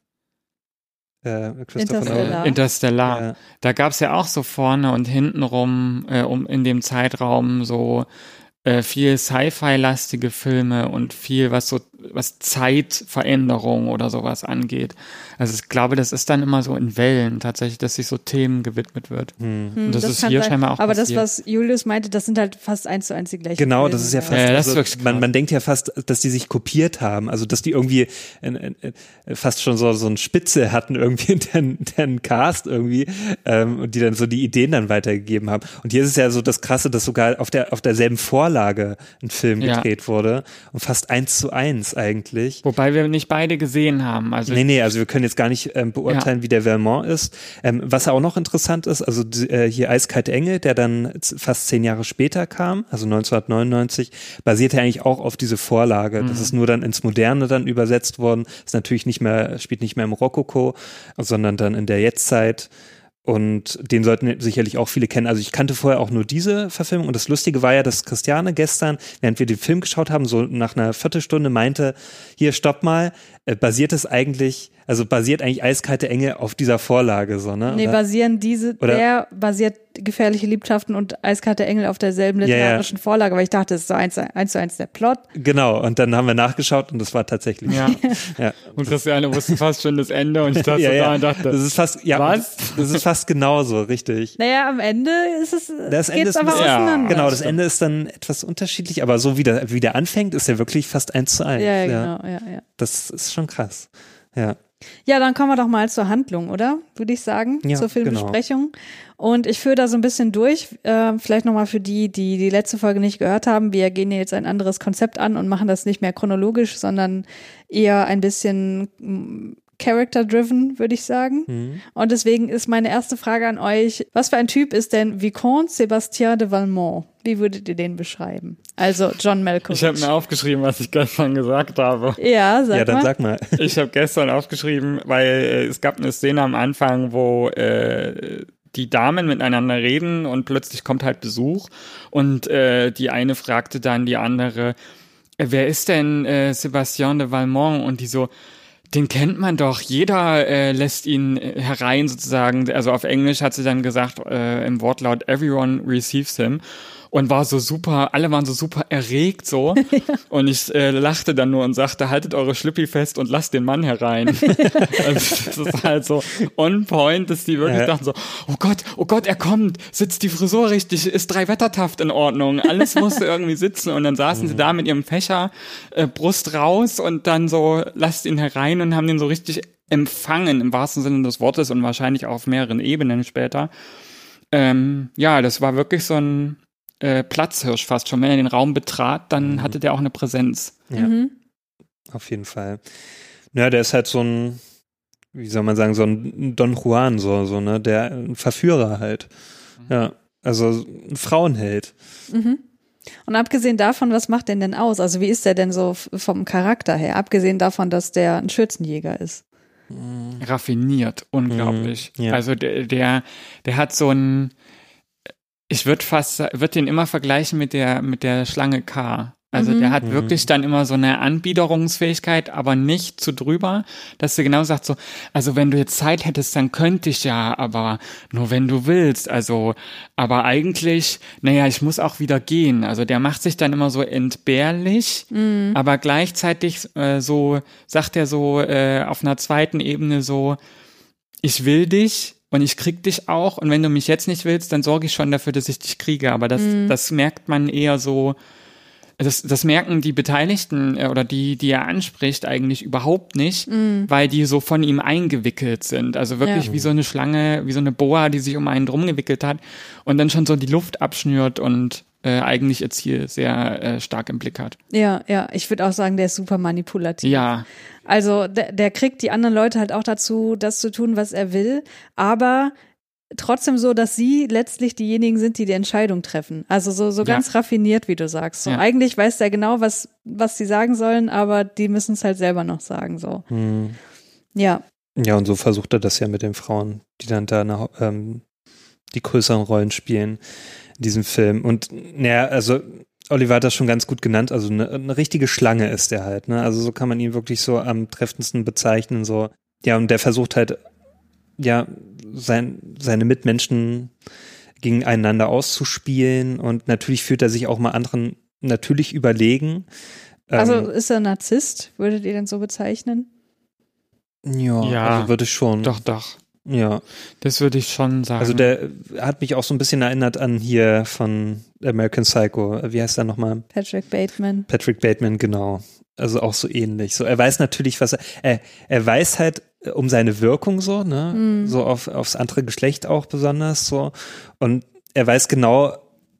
Äh, Interstellar. Interstellar. Ja. Da gab es ja auch so vorne und hintenrum äh, um in dem Zeitraum so äh, viel Sci-Fi-lastige Filme und viel, was so, was Zeitveränderung oder sowas angeht. Also ich glaube, das ist dann immer so in Wellen tatsächlich, dass sich so Themen gewidmet wird. Hm. Und das, das ist hier sein. scheinbar auch Aber passiert. das, was Julius meinte, das sind halt fast eins zu eins die gleichen Genau, Filme. das ist ja fast, ja, das also, ist wirklich man, man denkt ja fast, dass die sich kopiert haben, also dass die irgendwie in, in, in, fast schon so, so ein Spitze hatten irgendwie in den, den Cast irgendwie, ähm, und die dann so die Ideen dann weitergegeben haben. Und hier ist es ja so das Krasse, dass sogar auf der auf derselben Vorlage ein Film Ja. gedreht wurde und fast eins zu eins eigentlich. Wobei wir nicht beide gesehen haben. Also Nee, nee, also wir können jetzt gar nicht ähm, beurteilen, Ja. wie der Vermont ist. Ähm, was auch noch interessant ist, also äh, hier Eiskalte Engel, der dann z- fast zehn Jahre später kam, also neunzehnhundertneunundneunzig, basiert ja eigentlich auch auf diese Vorlage. Mhm. Das ist nur dann ins Moderne dann übersetzt worden. Ist natürlich nicht mehr, spielt nicht mehr im Rokoko, sondern dann in der Jetztzeit. Und den sollten sicherlich auch viele kennen. Also ich kannte vorher auch nur diese Verfilmung. Und das Lustige war ja, dass Christiane gestern, während wir den Film geschaut haben, so nach einer Viertelstunde meinte, hier, stopp mal, äh, basiert es eigentlich, also basiert eigentlich Eiskalte Engel auf dieser Vorlage, so, ne? Nee, Oder? basieren diese, Oder? der basiert Gefährliche Liebschaften und Eiskalte Engel auf derselben Ja, ja. literarischen Vorlage, weil ich dachte, das ist so eins, eins zu eins der Plot. Genau, und dann haben wir nachgeschaut und das war tatsächlich. Ja. ja. Und Christiane wusste fast schon das Ende und ich dachte ja, so ja. da und dachte, das ist fast, ja, was? Das ist fast genauso, richtig. Naja, am Ende ist es, Das Ende geht's ist ein aber bisschen- auseinander. Genau, das Ende ist dann etwas unterschiedlich, aber so wie der, wie der anfängt, ist er wirklich fast eins zu eins. Ja, ja, genau, ja, ja. Das ist schon krass. Ja. Ja, dann kommen wir doch mal zur Handlung, oder? Würde ich sagen, Ja, zur Filmbesprechung. Und ich führe da so ein bisschen durch, äh, vielleicht nochmal für die, die die letzte Folge nicht gehört haben. Wir gehen jetzt ein anderes Konzept an und machen das nicht mehr chronologisch, sondern eher ein bisschen mm, character-driven, würde ich sagen. Mhm. Und deswegen ist meine erste Frage an euch, was für ein Typ ist denn Vicomte Sébastien de Valmont? Wie würdet ihr den beschreiben? Also John Malkovich. Ich habe mir aufgeschrieben, was ich gestern gesagt habe. Ja, sag Ja, dann mal. sag mal. Ich habe gestern aufgeschrieben, weil äh, es gab eine Szene am Anfang, wo äh, die Damen miteinander reden und plötzlich kommt halt Besuch und äh, die eine fragte dann die andere, äh, wer ist denn äh, Sébastien de Valmont? Und die so, den kennt man doch, jeder äh, lässt ihn äh, herein sozusagen, also auf Englisch hat sie dann gesagt, äh, im Wortlaut, everyone receives him. Und war so super, alle waren so super erregt so. Ja. Und ich äh, lachte dann nur und sagte, haltet eure Schlüppi fest und lasst den Mann herein. Also, das ist halt so on point, dass die wirklich Ja. dachten so, oh Gott, oh Gott, er kommt, sitzt die Frisur richtig, ist drei Wettertaft in Ordnung, alles musste irgendwie sitzen. Und dann saßen sie da mit ihrem Fächer, äh, Brust raus und dann so, lasst ihn herein und haben den so richtig empfangen, im wahrsten Sinne des Wortes und wahrscheinlich auch auf mehreren Ebenen später. Ähm, ja, das war wirklich so ein äh, Platzhirsch fast schon. Wenn er den Raum betrat, dann Mhm. hatte der auch eine Präsenz. Ja, Mhm. auf jeden Fall. Ja, der ist halt so ein, wie soll man sagen, so ein Don Juan, so, so, ne, der ein Verführer halt. Ja, also ein Frauenheld. Mhm. Und abgesehen davon, was macht den denn aus? Also wie ist der denn so f- vom Charakter her? Abgesehen davon, dass der ein Schürzenjäger ist. Raffiniert, unglaublich. Mhm, ja. Also der, der, der hat so ein, ich würde fast, würde den immer vergleichen mit der, mit der Schlange K. Also Mhm. der hat Mhm. wirklich dann immer so eine Anbiederungsfähigkeit, aber nicht zu drüber, dass er genau sagt so, also wenn du jetzt Zeit hättest, dann könnte ich ja, aber nur wenn du willst. Also, aber eigentlich, naja, ich muss auch wieder gehen. Also der macht sich dann immer so entbehrlich, Mhm. aber gleichzeitig äh, so, sagt er so äh, auf einer zweiten Ebene so, ich will dich und ich krieg dich auch und wenn du mich jetzt nicht willst, dann sorge ich schon dafür, dass ich dich kriege. Aber das, mhm. das merkt man eher so, das, das merken die Beteiligten äh, oder die, die er anspricht, eigentlich überhaupt nicht, mhm. weil die so von ihm eingewickelt sind. Also wirklich ja. wie so eine Schlange, wie so eine Boa, die sich um einen drum gewickelt hat und dann schon so die Luft abschnürt und äh, eigentlich ihr Ziel sehr äh, stark im Blick hat. Ja, ja, ich würde auch sagen, der ist super manipulativ. Ja. Also der, der kriegt die anderen Leute halt auch dazu, das zu tun, was er will, aber trotzdem so, dass sie letztlich diejenigen sind, die die Entscheidung treffen. Also so, so ganz ja. raffiniert, wie du sagst. So, ja. Eigentlich weiß der genau, was, was sie sagen sollen, aber die müssen es halt selber noch sagen. So. Hm. Ja. Ja, und so versucht er das ja mit den Frauen, die dann da eine, ähm, die größeren Rollen spielen in diesem Film. Und naja, also Oliver hat das schon ganz gut genannt, also eine, eine richtige Schlange ist der halt, ne? Also so kann man ihn wirklich so am treffendsten bezeichnen, so. Ja, und der versucht halt, ja, sein, seine Mitmenschen gegeneinander auszuspielen und natürlich fühlt er sich auch mal anderen natürlich überlegen. Also ähm, ist er Narzisst, würdet ihr denn so bezeichnen? Ja, ja also würde ich schon. Doch, doch. Ja. Das würde ich schon sagen. Also der hat mich auch so ein bisschen erinnert an hier von American Psycho. Wie heißt der nochmal? Patrick Bateman. Patrick Bateman, genau. Also auch so ähnlich. So, er weiß natürlich, was er, er, er weiß halt um seine Wirkung so, ne? Mm. So auf, aufs andere Geschlecht auch besonders so. Und er weiß genau,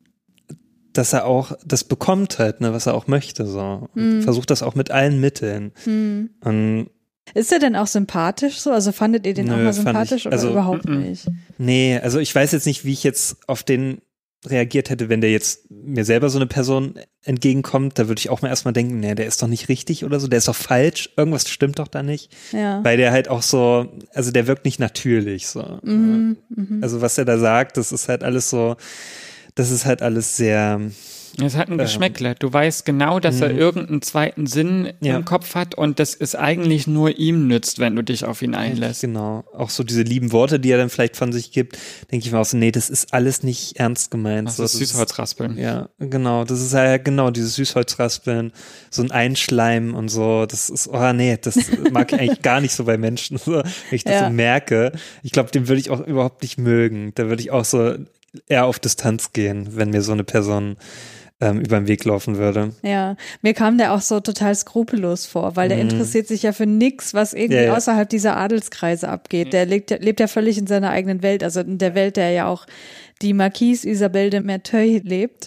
dass er auch das bekommt halt, ne, was er auch möchte, so. Und mm. versucht das auch mit allen Mitteln. Mm. Und ist er denn auch sympathisch so? Also fandet ihr den Nö, auch mal sympathisch ich, oder also, überhaupt m -m. nicht? Nee, also ich weiß jetzt nicht, wie ich jetzt auf den reagiert hätte, wenn der jetzt mir selber so eine Person entgegenkommt, da würde ich auch mal erstmal denken, nee, der ist doch nicht richtig oder so, der ist doch falsch, irgendwas stimmt doch da nicht. Ja. Weil der halt auch so, also der wirkt nicht natürlich so. Mhm, mhm. Also was er da sagt, das ist halt alles so, das ist halt alles sehr Es hat ein Geschmäckle. Du weißt genau, dass er irgendeinen zweiten Sinn ja. im Kopf hat und das ist eigentlich nur ihm nützt, wenn du dich auf ihn einlässt. Genau. Auch so diese lieben Worte, die er dann vielleicht von sich gibt, denke ich mir auch so, nee, das ist alles nicht ernst gemeint. Das so, ist Süßholzraspeln. Ja, genau. Das ist ja genau dieses Süßholzraspeln, so ein Einschleimen und so. Das ist, oh nee, das mag ich eigentlich gar nicht so bei Menschen, so, wenn ich das ja. so merke. Ich glaube, den würde ich auch überhaupt nicht mögen. Da würde ich auch so eher auf Distanz gehen, wenn mir so eine Person ähm, über den Weg laufen würde. Ja, mir kam der auch so total skrupellos vor, weil der mhm. interessiert sich ja für nichts, was irgendwie ja, ja. außerhalb dieser Adelskreise abgeht. Der lebt, lebt ja völlig in seiner eigenen Welt, also in der Welt, der ja auch die Marquise Isabelle de Merteuil lebt.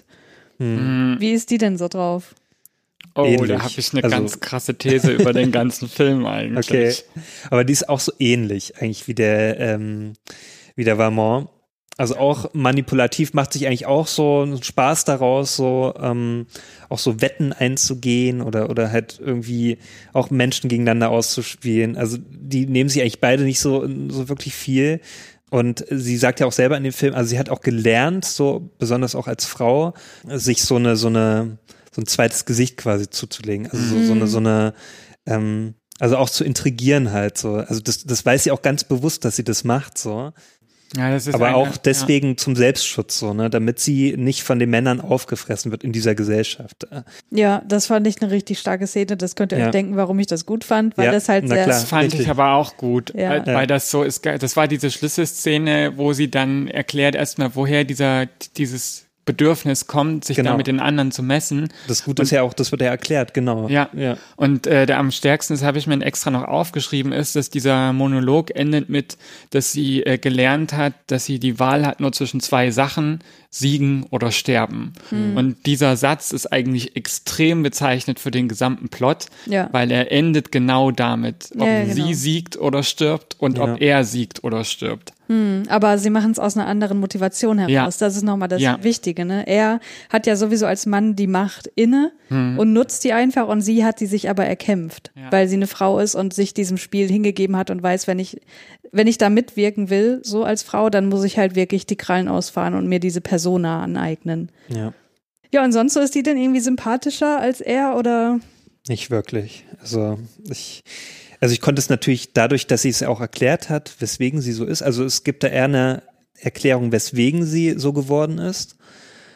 Mhm. Wie ist die denn so drauf? Oh, ähnlich. Da habe ich eine also, ganz krasse These über den ganzen Film eigentlich. Okay, aber die ist auch so ähnlich eigentlich wie der, ähm, wie der Valmont. Also auch manipulativ, macht sich eigentlich auch so einen Spaß daraus, so ähm, auch so Wetten einzugehen oder oder halt irgendwie auch Menschen gegeneinander auszuspielen. Also die nehmen sich eigentlich beide nicht so so wirklich viel. Und sie sagt ja auch selber in dem Film, also sie hat auch gelernt, so besonders auch als Frau, sich so eine so eine so ein zweites Gesicht quasi zuzulegen. Also so, so eine so eine ähm, also auch zu intrigieren halt so. Also das das weiß sie auch ganz bewusst, dass sie das macht so. Ja, das ist aber eine, auch deswegen ja. zum Selbstschutz, so, ne, damit sie nicht von den Männern aufgefressen wird in dieser Gesellschaft. Ja, das fand ich eine richtig starke Szene. Das könnt ihr ja. euch denken, warum ich das gut fand, weil ja, das halt sehr. Das fand richtig. ich aber auch gut, ja. weil, weil das so ist. Das war diese Schlüsselszene, wo sie dann erklärt erstmal, woher dieser dieses Bedürfnis kommt, sich genau. da mit den anderen zu messen. Das Gute ist ja auch, das wird ja erklärt, genau. Ja, ja. Und äh, der am stärksten, das habe ich mir extra noch aufgeschrieben, ist, dass dieser Monolog endet mit, dass sie äh, gelernt hat, dass sie die Wahl hat nur zwischen zwei Sachen, siegen oder sterben. Mhm. Und dieser Satz ist eigentlich extrem bezeichnet für den gesamten Plot, ja. weil er endet genau damit, ob ja, genau. sie siegt oder stirbt und ja. ob er siegt oder stirbt. Hm, aber sie machen es aus einer anderen Motivation heraus. Ja. Das ist nochmal das ja. Wichtige. Ne? Er hat ja sowieso als Mann die Macht inne hm. und nutzt die einfach und sie hat die sich aber erkämpft, ja. weil sie eine Frau ist und sich diesem Spiel hingegeben hat und weiß, wenn ich, wenn ich da mitwirken will, so als Frau, dann muss ich halt wirklich die Krallen ausfahren und mir diese Persona aneignen. Ja. Ja, und sonst so ist die denn irgendwie sympathischer als er oder? Nicht wirklich. Also ich Also ich konnte es natürlich dadurch, dass sie es auch erklärt hat, weswegen sie so ist. Also es gibt da eher eine Erklärung, weswegen sie so geworden ist.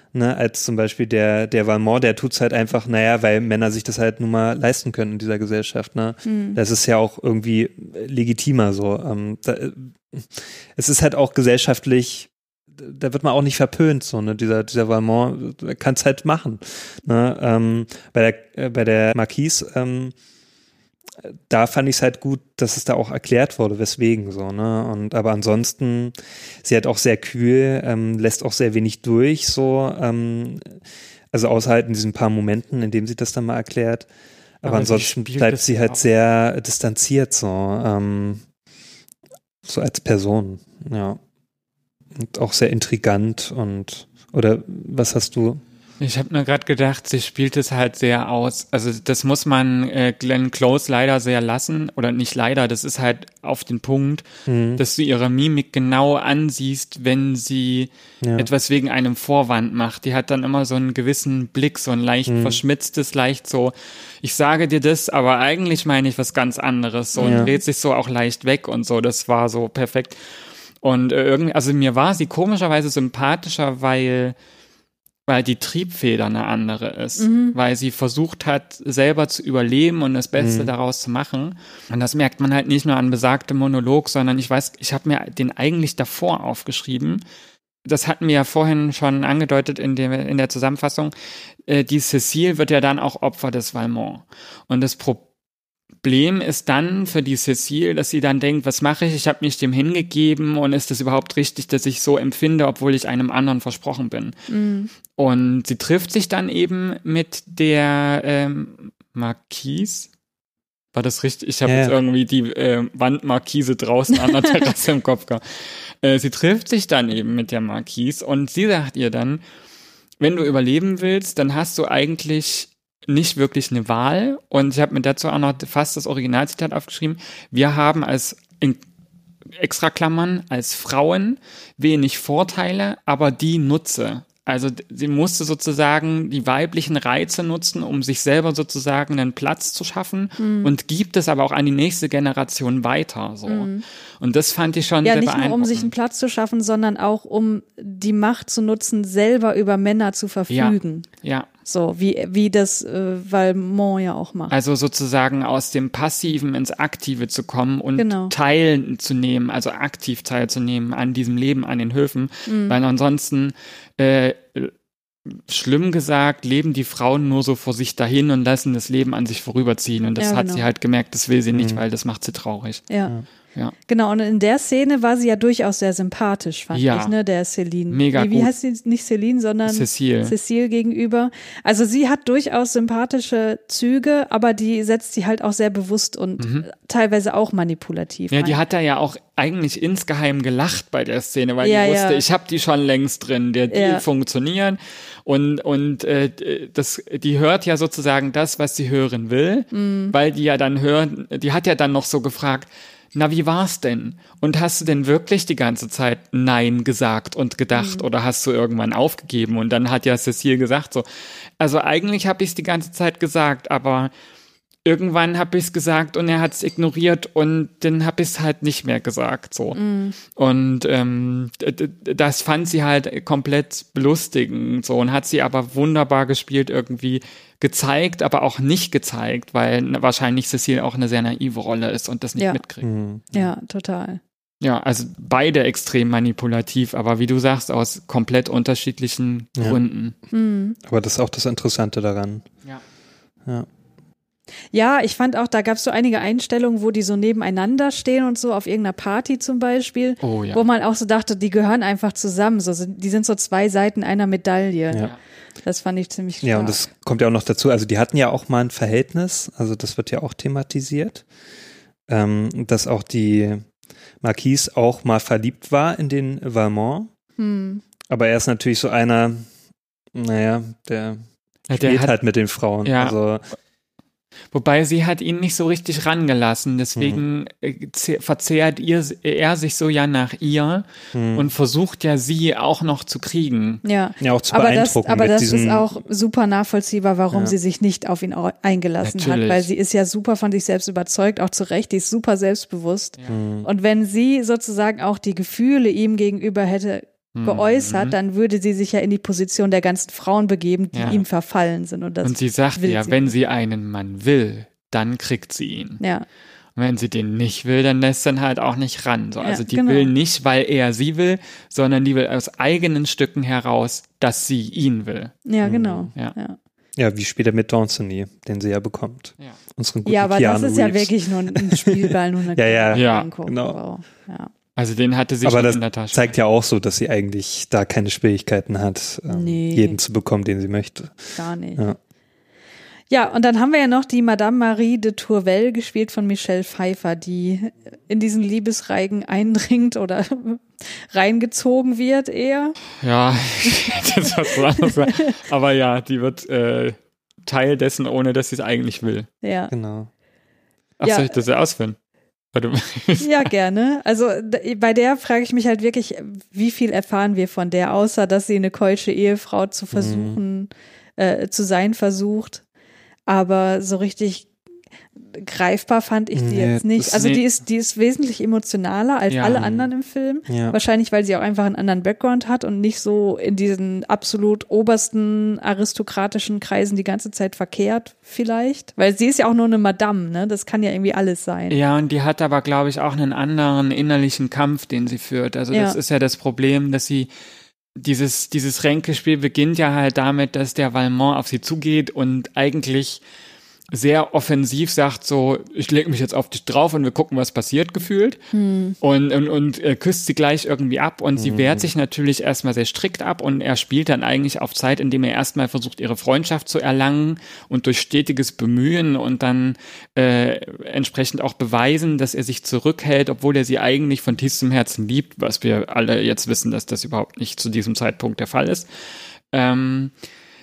Ne, als zum Beispiel der, der Valmont, der tut's halt einfach, naja, weil Männer sich das halt nun mal leisten können in dieser Gesellschaft, ne. Mhm. Das ist ja auch irgendwie legitimer so. Ähm, da, es ist halt auch gesellschaftlich, da wird man auch nicht verpönt, so, ne, dieser, dieser Valmont kann's halt machen, ne. Ähm, bei der, äh, bei der Marquise, ähm, da fand ich es halt gut, dass es da auch erklärt wurde, weswegen so, ne? Und aber ansonsten, sie hat auch sehr kühl, ähm, lässt auch sehr wenig durch, so, ähm, also außer halt in diesen paar Momenten, in denen sie das dann mal erklärt. Aber, aber ansonsten bleibt sie halt auch sehr distanziert, so, ähm, so als Person, ja. Und auch sehr intrigant und, oder was hast du? Ich habe nur gerade gedacht, sie spielt es halt sehr aus. Also das muss man äh, Glenn Close leider sehr lassen. Oder nicht leider, das ist halt auf den Punkt, mhm. dass du ihre Mimik genau ansiehst, wenn sie ja. etwas wegen einem Vorwand macht. Die hat dann immer so einen gewissen Blick, so ein leicht mhm. verschmitztes, leicht so, ich sage dir das, aber eigentlich meine ich was ganz anderes. So, ja. und dreht sich so auch leicht weg und so. Das war so perfekt. Und äh, irgendwie, also mir war sie komischerweise sympathischer, weil weil die Triebfeder eine andere ist, mhm. weil sie versucht hat, selber zu überleben und das Beste mhm. daraus zu machen. Und das merkt man halt nicht nur an besagtem Monolog, sondern ich weiß, ich habe mir den eigentlich davor aufgeschrieben. Das hatten wir ja vorhin schon angedeutet in der, in der Zusammenfassung. Äh, die Cécile wird ja dann auch Opfer des Valmont. Und das Problem Problem ist dann für die Cécile, dass sie dann denkt, was mache ich? Ich habe mich dem hingegeben und ist es überhaupt richtig, dass ich so empfinde, obwohl ich einem anderen versprochen bin? Mhm. Und sie trifft sich dann eben mit der ähm, Marquise. War das richtig? Ich habe ja. jetzt irgendwie die äh, Wandmarkise draußen an der Terrasse im Kopf gehabt. Äh, sie trifft sich dann eben mit der Marquise und sie sagt ihr dann, wenn du überleben willst, dann hast du eigentlich nicht wirklich eine Wahl. Und ich habe mir dazu auch noch fast das Originalzitat aufgeschrieben. Wir haben als, in Extraklammern, als Frauen wenig Vorteile, aber die nutze. Also sie musste sozusagen die weiblichen Reize nutzen, um sich selber sozusagen einen Platz zu schaffen mhm. und gibt es aber auch an die nächste Generation weiter. So. Mhm. Und das fand ich schon ja, sehr beeindruckend. Ja, nicht nur um sich einen Platz zu schaffen, sondern auch um die Macht zu nutzen, selber über Männer zu verfügen. Ja, ja. So, wie, wie das äh, Valmont ja auch macht. Also sozusagen aus dem Passiven ins Aktive zu kommen und genau. teilzunehmen, also aktiv teilzunehmen an diesem Leben, an den Höfen, mhm. weil ansonsten äh, schlimm gesagt, leben die Frauen nur so vor sich dahin und lassen das Leben an sich vorüberziehen. Und das ja, hat genau. sie halt gemerkt, das will sie nicht, mhm. weil das macht sie traurig. Ja. ja. Genau, und in der Szene war sie ja durchaus sehr sympathisch, fand ja. ich, ne, der Céline. Mega wie, wie gut. heißt sie? Nicht Céline, sondern Cécile. Cécile gegenüber. Also sie hat durchaus sympathische Züge, aber die setzt sie halt auch sehr bewusst und mhm. teilweise auch manipulativ Ja, ein. die hat da ja auch eigentlich insgeheim gelacht bei der Szene, weil ja, die wusste, ja. ich habe die schon längst drin, der Deal ja. funktioniert und und äh, das, die hört ja sozusagen das, was sie hören will, mhm. weil die ja dann hören, die hat ja dann noch so gefragt, na, wie war's denn? Und hast du denn wirklich die ganze Zeit Nein gesagt und gedacht mhm. oder hast du irgendwann aufgegeben? Und dann hat ja Cécile gesagt so, also eigentlich habe ich es die ganze Zeit gesagt, aber irgendwann habe ich es gesagt und er hat es ignoriert und dann habe ich es halt nicht mehr gesagt. So. Mm. Und ähm, das fand sie halt komplett belustigend so und hat sie aber wunderbar gespielt irgendwie gezeigt, aber auch nicht gezeigt, weil wahrscheinlich Cécile auch eine sehr naive Rolle ist und das nicht ja. mitkriegt. Mhm. Ja, total. Ja, also beide extrem manipulativ, aber wie du sagst, aus komplett unterschiedlichen ja. Gründen. Mhm. Aber das ist auch das Interessante daran. Ja. Ja. Ja, ich fand auch, da gab es so einige Einstellungen, wo die so nebeneinander stehen und so, auf irgendeiner Party zum Beispiel, oh, ja. wo man auch so dachte, die gehören einfach zusammen. So, die sind so zwei Seiten einer Medaille. Ja. Das fand ich ziemlich stark. Ja, und das kommt ja auch noch dazu. Also die hatten ja auch mal ein Verhältnis, also das wird ja auch thematisiert, ähm, dass auch die Marquise auch mal verliebt war in den Valmont. Hm. Aber er ist natürlich so einer, naja, der, ja, der spielt hat, halt mit den Frauen. Ja. Also Wobei sie hat ihn nicht so richtig rangelassen, deswegen mhm. verzehrt ihr, er sich so ja nach ihr mhm. und versucht ja sie auch noch zu kriegen. Ja, ja auch zu aber beeindrucken. Das, aber mit das diesen, ist auch super nachvollziehbar, warum ja. sie sich nicht auf ihn eingelassen Natürlich. hat, weil sie ist ja super von sich selbst überzeugt, auch zu Recht, die ist super selbstbewusst. Ja. Mhm. Und wenn sie sozusagen auch die Gefühle ihm gegenüber hätte geäußert, Mhm. dann würde sie sich ja in die Position der ganzen Frauen begeben, die Ja. ihm verfallen sind. Und, das Und sie sagt will ja, sie wenn nicht. sie einen Mann will, dann kriegt sie ihn. Ja, Und wenn sie den nicht will, dann lässt dann halt auch nicht ran. So, Ja, also die genau. will nicht, weil er sie will, sondern die will aus eigenen Stücken heraus, dass sie ihn will. ja, genau. Ja. Ja. Ja, wie später mit Danceny, den sie ja bekommt. Ja. Unseren guten Ja, aber Keanu das ist ja Reeves. wirklich nur ein Spielball, nur eine Ja, ja. kleine Ja, Anguckung. genau. Wow. Ja. Also den hatte sie Aber schon das in der Tasche. zeigt ja auch so, dass sie eigentlich da keine Schwierigkeiten hat, ähm, Nee. jeden zu bekommen, den sie möchte. Gar nicht. Ja. Ja, und dann haben wir ja noch die Madame Marie de Tourvel, gespielt von Michelle Pfeiffer, die in diesen Liebesreigen eindringt oder reingezogen wird eher. Ja, das ist was anderes. sagen. Aber ja, die wird äh, Teil dessen, ohne dass sie es eigentlich will. Ja, Genau. Ach, Ja. soll ich das ja ausführen? Warte mal. ja gerne. Also d- bei der frage ich mich halt wirklich, wie viel erfahren wir von der, außer dass sie eine keusche Ehefrau zu versuchen, äh, zu sein versucht. Aber so richtig greifbar fand ich die Nee, jetzt nicht. das- Also nee. die ist, die ist wesentlich emotionaler als Ja. alle anderen im Film. Ja. Wahrscheinlich, weil sie auch einfach einen anderen Background hat und nicht so in diesen absolut obersten aristokratischen Kreisen die ganze Zeit verkehrt, vielleicht. Weil sie ist ja auch nur eine Madame, ne? Das kann ja irgendwie alles sein. Ja, und die hat aber, glaube ich, auch einen anderen innerlichen Kampf, den sie führt. Also das Ja. ist ja das Problem, dass sie dieses, dieses Ränkespiel beginnt ja halt damit, dass der Valmont auf sie zugeht und eigentlich sehr offensiv sagt so, ich lege mich jetzt auf dich drauf und wir gucken, was passiert, gefühlt. Hm. Und, und, und äh, küsst sie gleich irgendwie ab und sie wehrt sich natürlich erstmal sehr strikt ab und er spielt dann eigentlich auf Zeit, indem er erstmal versucht, ihre Freundschaft zu erlangen und durch stetiges Bemühen und dann äh, entsprechend auch beweisen, dass er sich zurückhält, obwohl er sie eigentlich von tiefstem Herzen liebt, was wir alle jetzt wissen, dass das überhaupt nicht zu diesem Zeitpunkt der Fall ist. Ähm,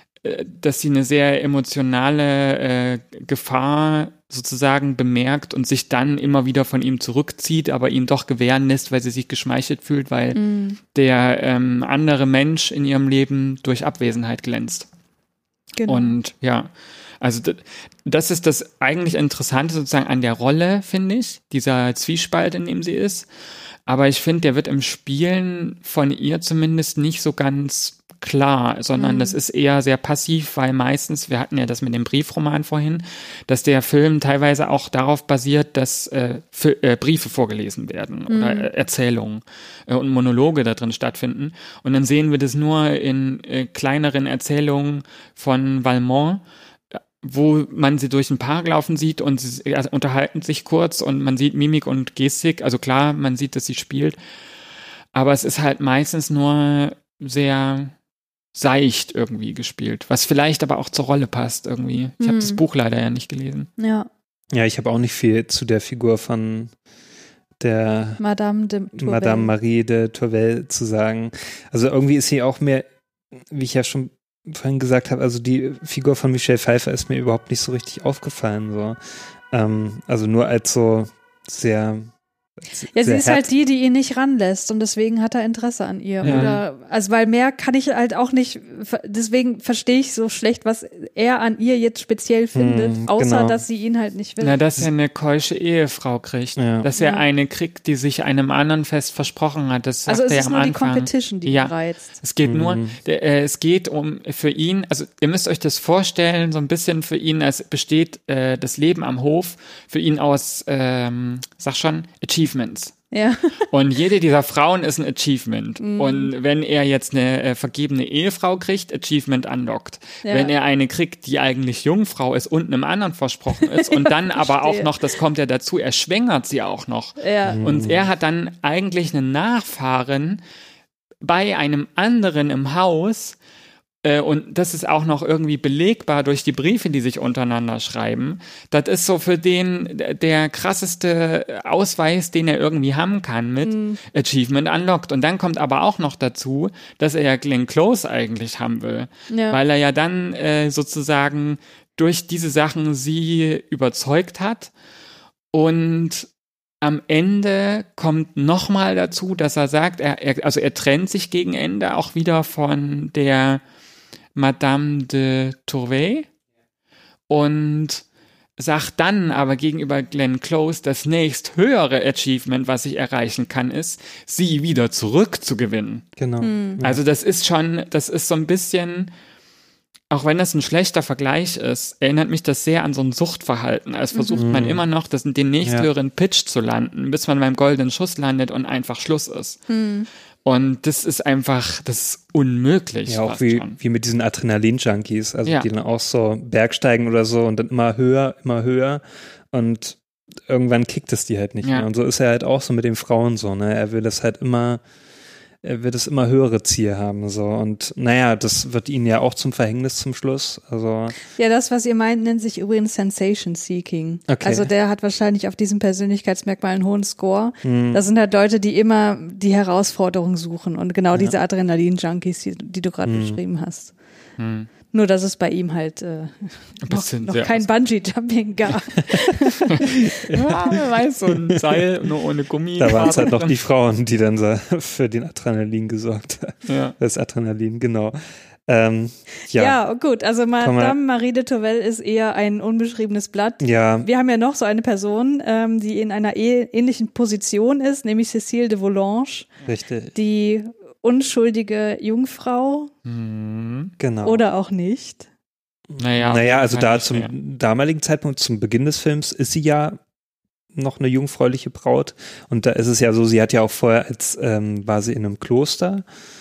dass sie eine sehr emotionale äh, Gefahr sozusagen bemerkt und sich dann immer wieder von ihm zurückzieht, aber ihn doch gewähren lässt, weil sie sich geschmeichelt fühlt, weil Mhm. der ähm, andere Mensch in ihrem Leben durch Abwesenheit glänzt. Genau. Und ja, also d- das ist das eigentlich Interessante sozusagen an der Rolle, finde ich, dieser Zwiespalt, in dem sie ist. Aber ich finde, der wird im Spielen von ihr zumindest nicht so ganz klar, sondern Mhm. das ist eher sehr passiv, weil meistens, wir hatten ja das mit dem Briefroman vorhin, dass der Film teilweise auch darauf basiert, dass äh, Fi- äh, Briefe vorgelesen werden oder Mhm. äh, Erzählungen äh, und Monologe da drin stattfinden. Und dann sehen wir das nur in äh, kleineren Erzählungen von Valmont, wo man sie durch den Park laufen sieht und sie also unterhalten sich kurz und man sieht Mimik und Gestik. Also klar, man sieht, dass sie spielt. Aber es ist halt meistens nur sehr seicht irgendwie gespielt, was vielleicht aber auch zur Rolle passt irgendwie. Ich habe Mhm. das Buch leider ja nicht gelesen. Ja, Ja, ich habe auch nicht viel zu der Figur von der Madame de Tourvel. Madame Marie de Tourvel zu sagen. Also irgendwie ist sie auch mehr, wie ich ja schon vorhin gesagt habe, also die Figur von Michelle Pfeiffer ist mir überhaupt nicht so richtig aufgefallen. So. Ähm, also nur als so sehr Ja, sie sehr ist halt herz- die, die ihn nicht ranlässt und deswegen hat er Interesse an ihr. Ja. Oder, also weil mehr kann ich halt auch nicht, deswegen verstehe ich so schlecht, was er an ihr jetzt speziell findet, Hm, außer genau. dass sie ihn halt nicht will. Na, dass er eine keusche Ehefrau kriegt. Ja. Dass er Ja. eine kriegt, die sich einem anderen fest versprochen hat. Das sagt also es er ist am nur die Anfang. Competition, die Ja. ihn reizt. Es geht Mhm. nur, der, äh, es geht um für ihn, also ihr müsst euch das vorstellen, so ein bisschen für ihn, als besteht äh, das Leben am Hof für ihn aus, ähm, sag schon, Achievements. Ja. Und jede dieser Frauen ist ein Achievement. Mhm. Und wenn er jetzt eine äh, vergebene Ehefrau kriegt, Achievement unlocked. Ja. Wenn er eine kriegt, die eigentlich Jungfrau ist und einem anderen versprochen ist und dann aber auch verstehe. noch, das kommt ja dazu, er schwängert sie auch noch. Ja. Und er hat dann eigentlich einen Nachfahren bei einem anderen im Haus. Äh, und das ist auch noch irgendwie belegbar durch die Briefe, die sich untereinander schreiben. Das ist so für den d- der krasseste Ausweis, den er irgendwie haben kann mit Mhm. Achievement Unlocked. Und dann kommt aber auch noch dazu, dass er ja Glenn Close eigentlich haben will. Ja. Weil er ja dann äh, sozusagen durch diese Sachen sie überzeugt hat. Und am Ende kommt nochmal dazu, dass er sagt, er, er, also er trennt sich gegen Ende auch wieder von der Madame de Tourvel und sagt dann aber gegenüber Glenn Close, das nächst höhere Achievement, was ich erreichen kann, ist, sie wieder zurückzugewinnen. Genau. Hm. Also das ist schon, das ist so ein bisschen, auch wenn das ein schlechter Vergleich ist, erinnert mich das sehr an so ein Suchtverhalten. Als versucht Mhm. man immer noch, das, den nächsthöheren Pitch zu landen, bis man beim goldenen Schuss landet und einfach Schluss ist. Hm. Und das ist einfach, das ist unmöglich. Ja, auch fast wie, schon. wie mit diesen Adrenalin-Junkies, also Ja. die dann auch so Bergsteigen oder so und dann immer höher, immer höher und irgendwann kickt es die halt nicht Ja. mehr. Und so ist er halt auch so mit den Frauen so, ne? Er will das halt immer, er will das immer höhere Ziel haben, so. Und naja, das wird ihnen ja auch zum Verhängnis zum Schluss, also. Ja, das, was ihr meint, nennt sich übrigens Sensation Seeking. Okay. Also der hat wahrscheinlich auf diesem Persönlichkeitsmerkmal einen hohen Score. Hm. Das sind halt Leute, die immer die Herausforderung suchen und genau diese Adrenalin-Junkies, die, die du gerade Hm. beschrieben hast. Hm. Nur, dass es bei ihm halt äh, Ein noch, bisschen noch sehr kein Bungee-Jumping gab. Ja, wer weiß, so ein Seil nur ohne Gummi. Da waren es halt noch die Frauen, die dann so für den Adrenalin gesorgt haben. Ja. Das Adrenalin, genau. Ähm, ja. Ja, gut, also Komm mal. Madame Marie de Tourvel ist eher ein unbeschriebenes Blatt. Ja. Wir haben ja noch so eine Person, ähm, die in einer eh- ähnlichen Position ist, nämlich Cécile de Volanges, Richtig. die unschuldige Jungfrau Mhm. Genau. oder auch nicht. Naja, Naja, also da zum zum damaligen Zeitpunkt, zum Beginn des Films, ist sie ja noch eine jungfräuliche Braut. Und da ist es ja so, sie hat ja auch vorher, als ähm, war sie in einem Kloster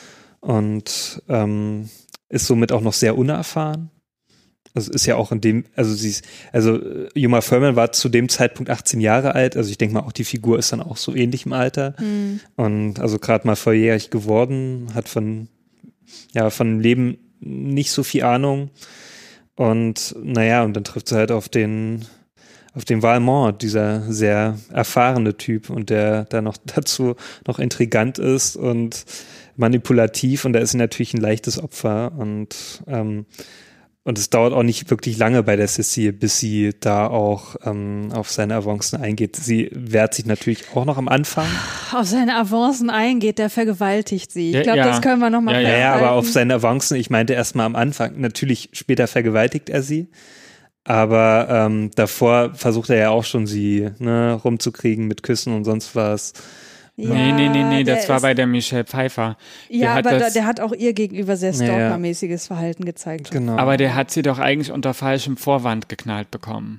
und ähm, ist somit auch noch sehr unerfahren. Also ist ja auch in dem, also sie ist, also äh, Uma Thurman war zu dem Zeitpunkt achtzehn Jahre alt, also ich denke mal auch die Figur ist dann auch so ähnlich im Alter. Mhm. Und also gerade mal volljährig geworden, hat von, ja, von dem Leben nicht so viel Ahnung. Und naja, und dann trifft sie halt auf den, auf den Valmont, dieser sehr erfahrene Typ und der da noch dazu noch intrigant ist und manipulativ und da ist sie natürlich ein leichtes Opfer und ähm, und es dauert auch nicht wirklich lange bei der Cécile, bis sie da auch ähm, auf seine Avancen eingeht. Sie wehrt sich natürlich auch noch am Anfang. Auf seine Avancen eingeht, der vergewaltigt sie. Ich Ja, glaube, ja. das können wir nochmal Ja, ja. Ja, festhalten. aber auf seine Avancen, ich meinte erstmal am Anfang, natürlich später vergewaltigt er sie, aber ähm, davor versucht er ja auch schon sie ne, rumzukriegen mit Küssen und sonst was. Ja, nee, nee, nee, nee, das der war ist- bei der Michelle Pfeiffer. Der Ja, hat aber das, da, der hat auch ihr gegenüber sehr Ja, ja. stalkermäßiges Verhalten gezeigt. Genau. aber der hat sie doch eigentlich unter falschem Vorwand geknallt bekommen.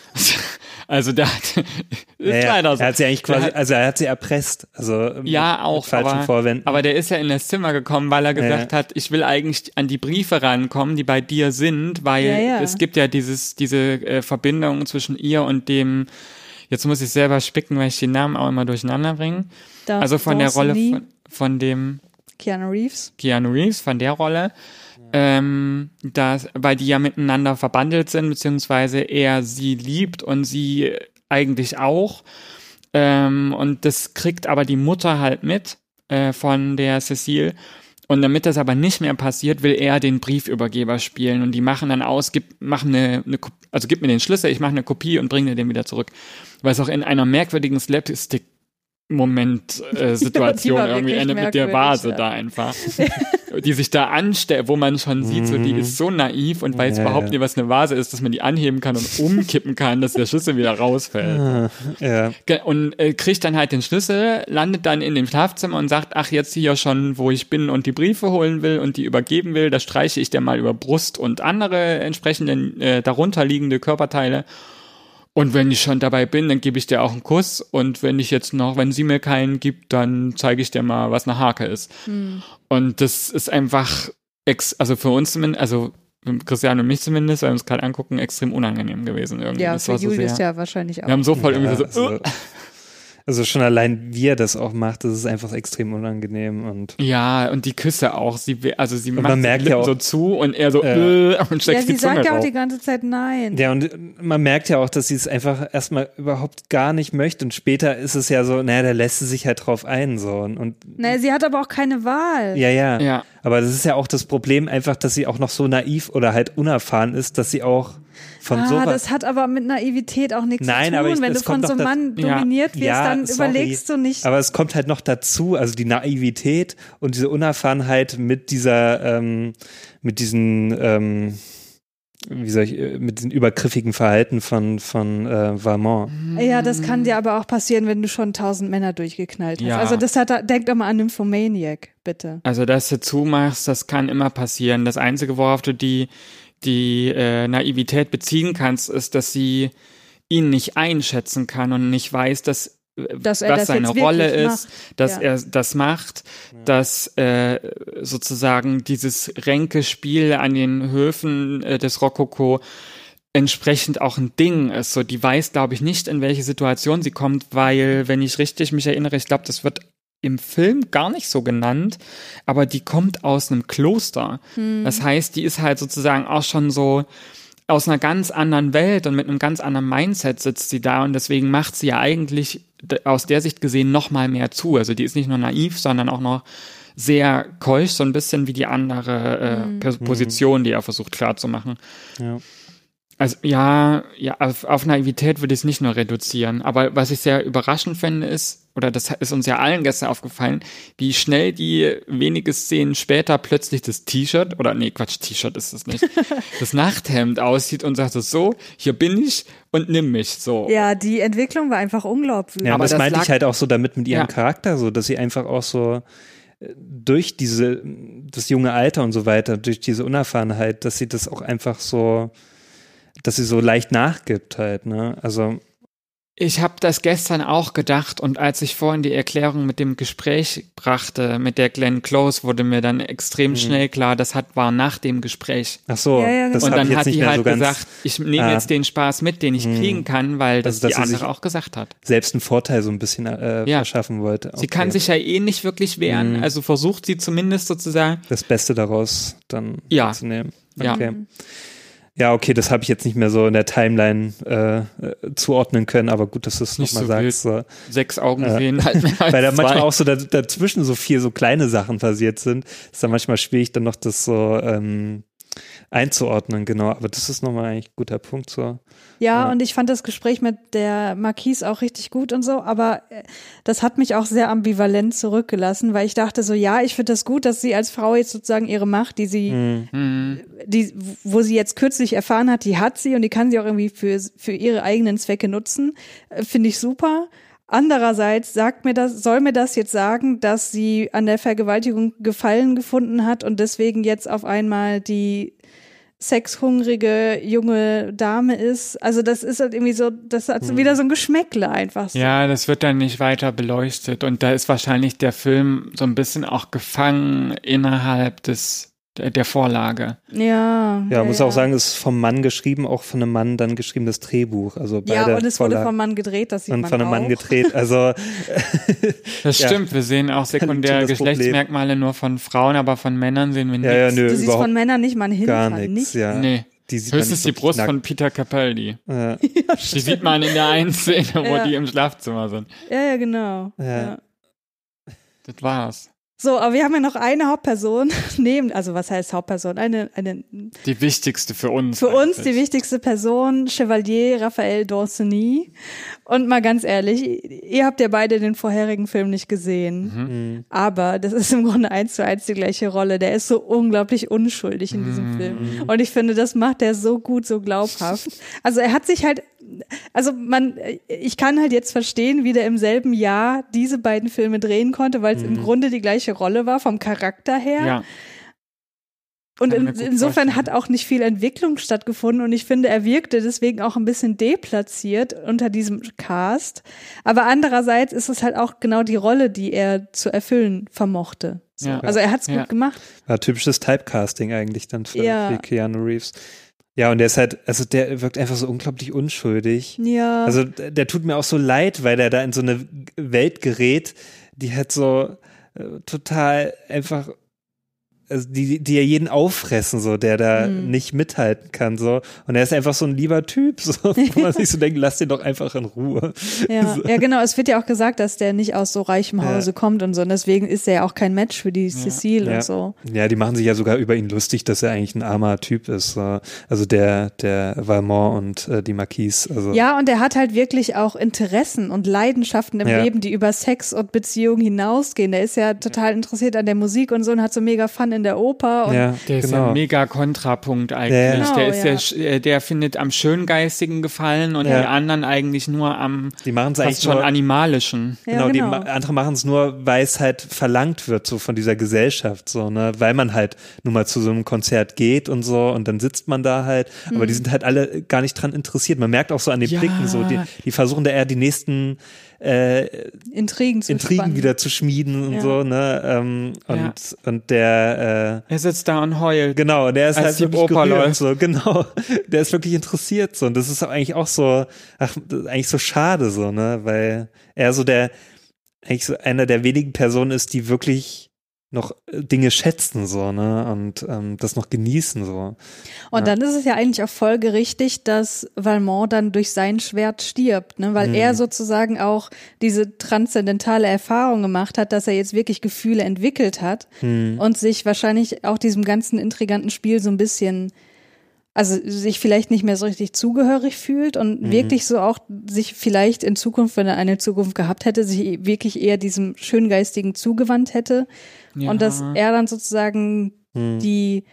Also der hat, ist ja, ja. leider so. Er hat sie eigentlich Der quasi, hat- also er hat sie erpresst. Also mit, Ja, auch, mit falschen aber, Vorwänden. aber der ist ja in das Zimmer gekommen, weil er gesagt Ja. hat, ich will eigentlich an die Briefe rankommen, die bei dir sind, weil Ja, ja. es gibt ja dieses, diese äh, Verbindung zwischen ihr und dem, jetzt muss ich selber spicken, weil ich die Namen auch immer durcheinander bringe. Da- Also von der Dawson Rolle Lee, von, von dem Keanu Reeves. Keanu Reeves, von der Rolle, ähm, dass, weil die ja miteinander verbandelt sind, beziehungsweise er sie liebt und sie eigentlich auch. Ähm, und das kriegt aber die Mutter halt mit äh, von der Cécile. Und damit das aber nicht mehr passiert, will er den Briefübergeber spielen. Und die machen dann aus, gib, machen eine, eine, Ko- also gib mir den Schlüssel, ich mache eine Kopie und bringe dir den wieder zurück. Weil es auch in einer merkwürdigen Slapstick Moment-Situation Ja, die war irgendwie wirklich endet mit der merkwürdig, Vase ja. da einfach. Die sich da anstellt, wo man schon sieht, so die ist so naiv und weiß Ja, überhaupt ja. nicht, was eine Vase ist, dass man die anheben kann und umkippen kann, dass der Schlüssel wieder rausfällt. ja. Ge- Und äh, kriegt dann halt den Schlüssel, landet dann in dem Schlafzimmer und sagt, ach, jetzt hier schon, wo ich bin und die Briefe holen will und die übergeben will, da streiche ich dir mal über Brust und andere entsprechende äh, darunterliegende Körperteile. Und wenn ich schon dabei bin, dann gebe ich dir auch einen Kuss. Und wenn ich jetzt noch, wenn sie mir keinen gibt, dann zeige ich dir mal, was eine Hake ist. Hm. Und das ist einfach, ex, also für uns zumindest, also für Christian und mich zumindest, weil wir uns gerade angucken, extrem unangenehm gewesen irgendwie. Ja, das für war so Julius sehr, ja wahrscheinlich auch. wir haben so voll irgendwie Ja, so, also, also schon allein, wie er das auch macht, das ist einfach extrem unangenehm und ja, und die Küsse auch. Sie, will- also sie Und macht man die merkt Lippen ja auch- so zu und er so, Ja. äh, und steckt Ja, sie die Zunge sagt ja auch raus. die ganze Zeit nein. ja, und man merkt ja auch, dass sie es einfach erstmal überhaupt gar nicht möchte und später ist es ja so, naja, da lässt sie sich halt drauf ein, so und, und Naja, sie hat aber auch keine Wahl. ja, ja, Ja. aber das ist ja auch das Problem einfach, dass sie auch noch so naiv oder halt unerfahren ist, dass sie auch von ah, sowas das hat aber mit Naivität auch nichts Nein, zu aber tun. ich- Wenn das du von kommt so doch einem Mann Ja. dominiert wirst, Ja, dann sorry. überlegst du nicht. Aber es kommt halt noch dazu, also die Naivität und diese Unerfahrenheit mit dieser, ähm, mit diesen, ähm, wie soll ich, mit diesem übergriffigen Verhalten von, von äh, Valmont. Ja, das kann dir aber auch passieren, wenn du schon tausend Männer durchgeknallt hast. Ja. Also das hat, denk doch mal an Nymphomaniac, bitte. Also, dass du zumachst, das kann immer passieren. Das Einzige, worauf du die, die äh, Naivität beziehen kannst, ist, dass sie ihn nicht einschätzen kann und nicht weiß, dass Dass er was das seine jetzt Rolle wirklich ist, macht. dass Ja. er das macht, Ja. dass äh, sozusagen dieses Ränkespiel an den Höfen äh, des Rokoko entsprechend auch ein Ding ist. So, die weiß, glaube ich, nicht, in welche Situation sie kommt, weil, wenn ich richtig mich erinnere, ich glaube, das wird im Film gar nicht so genannt, aber die kommt aus einem Kloster. Hm. Das heißt, die ist halt sozusagen auch schon so aus einer ganz anderen Welt und mit einem ganz anderen Mindset sitzt sie da und deswegen macht sie ja eigentlich aus der Sicht gesehen noch mal mehr zu. Also die ist nicht nur naiv, sondern auch noch sehr keusch, so ein bisschen wie die andere äh, Mhm. Position, die er versucht klarzumachen. Ja. Also ja, ja, auf, auf Naivität würde ich es nicht nur reduzieren. Aber was ich sehr überraschend finde ist, oder das ist uns ja allen gestern aufgefallen, wie schnell die wenige Szenen später plötzlich das T-Shirt, oder nee, Quatsch, T-Shirt ist es nicht, das Nachthemd aussieht und sagt so, hier bin ich und nimm mich, so. Ja, die Entwicklung war einfach unglaublich. Ja, Aber das, das meinte lag- ich halt auch so damit mit ihrem Ja. Charakter, so, dass sie einfach auch so äh, durch diese, das junge Alter und so weiter, durch diese Unerfahrenheit, dass sie das auch einfach so, dass sie so leicht nachgibt halt, ne, also. Ich habe das gestern auch gedacht und als ich vorhin die Erklärung mit dem Gespräch brachte, mit der Glenn Close, wurde mir dann extrem Mhm. schnell klar, das hat, war nach dem Gespräch. Ach so, Ja, ja, das Und hab ich dann jetzt hat nicht die mehr halt so ganz, gesagt, ich nehme Ah. jetzt den Spaß mit, den ich Mhm. kriegen kann, weil das Also, dass die sie andere sich- auch gesagt hat. selbst einen Vorteil so ein bisschen äh, Ja. verschaffen wollte. Sie kann sich ja eh nicht wirklich wehren, Mhm. also versucht sie zumindest sozusagen. das Beste daraus dann Ja. zu nehmen. Ja. Okay. Ja, okay, das habe ich jetzt nicht mehr so in der Timeline äh, äh, zuordnen können, aber gut, dass du es Nicht nochmal so sagst. So. Sechs Augen Ja. sehen halt mehr als Weil da zwei. manchmal auch so da, dazwischen so viel so kleine Sachen passiert sind, ist dann manchmal schwierig, dann noch das so ähm, einzuordnen, genau. Aber das ist nochmal eigentlich ein guter Punkt. So. Ja, Ja. und ich fand das Gespräch mit der Marquise auch richtig gut und so, aber äh, das hat mich auch sehr ambivalent zurückgelassen, weil ich dachte so, ja, ich finde das gut, dass sie als Frau jetzt sozusagen ihre Macht, die sie, Mhm. die, wo sie jetzt kürzlich erfahren hat, die hat sie und die kann sie auch irgendwie für, für ihre eigenen Zwecke nutzen, äh, finde ich super. Andererseits sagt mir das, soll mir das jetzt sagen, dass sie an der Vergewaltigung Gefallen gefunden hat und deswegen jetzt auf einmal die sexhungrige junge Dame ist. Also das ist halt irgendwie so, das hat so wieder so ein Geschmäckle einfach so. Ja, das wird dann nicht weiter beleuchtet und da ist wahrscheinlich der Film so ein bisschen auch gefangen innerhalb des der, der Vorlage. Ja, Ja, muss auch sagen, es ist vom Mann geschrieben, auch von einem Mann dann geschrieben, das Drehbuch. Also beide Ja, und es wurde Vorlagen. vom Mann gedreht, das sieht und man von einem auch. Mann gedreht. Also Das Ja. stimmt, wir sehen auch sekundäre Das Problem. Geschlechtsmerkmale nur von Frauen, aber von Männern sehen wir nichts. ja, ja, nö, Du siehst überhaupt von Männern nicht mal einen gar Hintern, nichts. nicht? Ja. Nee. Die sieht man Höchstens nicht die Brust wirklich von nackt. Peter Capaldi. Ja. Die sieht man in der einen Szene, wo Ja. die im Schlafzimmer sind. Ja, ja, genau. Ja. Ja. Das war's. So, aber wir haben ja noch eine Hauptperson neben, also was heißt Hauptperson? Eine, eine Die wichtigste für uns. für uns die eigentlich. wichtigste Person, Chevalier Raphael Danceny. Und mal ganz ehrlich, ihr habt ja beide den vorherigen Film nicht gesehen. Mhm. Aber das ist im Grunde eins zu eins die gleiche Rolle. Der ist so unglaublich unschuldig in diesem Film. Und ich finde, das macht er so gut, so glaubhaft. Also er hat sich halt, also man, ich kann halt jetzt verstehen, wie der im selben Jahr diese beiden Filme drehen konnte, weil es im Grunde die gleiche Rolle war, vom Charakter her. Ja. Und Kann in, mir gut insofern vorstellen. hat auch nicht viel Entwicklung stattgefunden und ich finde, er wirkte deswegen auch ein bisschen deplatziert unter diesem Cast. Aber andererseits ist es halt auch genau die Rolle, die er zu erfüllen vermochte. So. Ja. Also er hat es Ja. gut gemacht. War typisches Typecasting eigentlich dann für, Ja. für Keanu Reeves. Ja, und der ist halt, also der wirkt einfach so unglaublich unschuldig. Ja. Also der, der tut mir auch so leid, weil der da in so eine Welt gerät, die halt so äh, total einfach, also die, die ja jeden auffressen, so, der da Mhm. nicht mithalten kann, so. Und er ist einfach so ein lieber Typ, so, wo man sich so denkt, lass den doch einfach in Ruhe. Ja, So. ja, genau. Es wird ja auch gesagt, dass der nicht aus so reichem Hause Ja. kommt und so. Und deswegen ist er ja auch kein Match für die Cecile Ja. und so. Ja, die machen sich ja sogar über ihn lustig, dass er eigentlich ein armer Typ ist. so. Also der, der Valmont und äh, die Marquise. Also. Ja, und er hat halt wirklich auch Interessen und Leidenschaften im Ja. Leben, die über Sex und Beziehung hinausgehen. Der ist ja total interessiert an der Musik und so und hat so mega Fun in in der Oper. Und Ja, Der ist genau. ein mega Kontrapunkt eigentlich. Ja, ja. Genau, der, ist ja. der, Sch- äh, der findet am Schöngeistigen Gefallen und Ja. die anderen eigentlich nur am Die machen es fast eigentlich schon nur, Animalischen. Ja, genau, die genau. ma- andere machen es nur, weil es halt verlangt wird, so von dieser Gesellschaft, so, ne, weil man halt nun mal zu so einem Konzert geht und so und dann sitzt man da halt, aber die sind halt alle gar nicht dran interessiert. Man merkt auch so an den Ja. Blicken, so, die, die versuchen da eher die nächsten äh, Intrigen zu Intrigen spannen. wieder zu schmieden und Ja. so, ne, ähm, und, Ja. und der, äh, Er sitzt da und heult. Genau, und der ist Als halt die wirklich Oper gerührt, läuft. so, genau. Der ist wirklich interessiert, so. Und das ist auch eigentlich auch so, ach, das ist eigentlich so schade, so, ne, weil er so der, eigentlich so einer der wenigen Personen ist, die wirklich noch äh, Dinge schätzen, so, ne, und ähm, das noch genießen, so. Und dann ist es ja eigentlich auch folgerichtig, dass Valmont dann durch sein Schwert stirbt, ne? Weil er sozusagen auch diese transzendentale Erfahrung gemacht hat, dass er jetzt wirklich Gefühle entwickelt hat und sich wahrscheinlich auch diesem ganzen intriganten Spiel so ein bisschen, also sich vielleicht nicht mehr so richtig zugehörig fühlt und wirklich so auch sich vielleicht in Zukunft, wenn er eine Zukunft gehabt hätte, sich wirklich eher diesem Schöngeistigen zugewandt hätte. Ja. Und dass er dann sozusagen die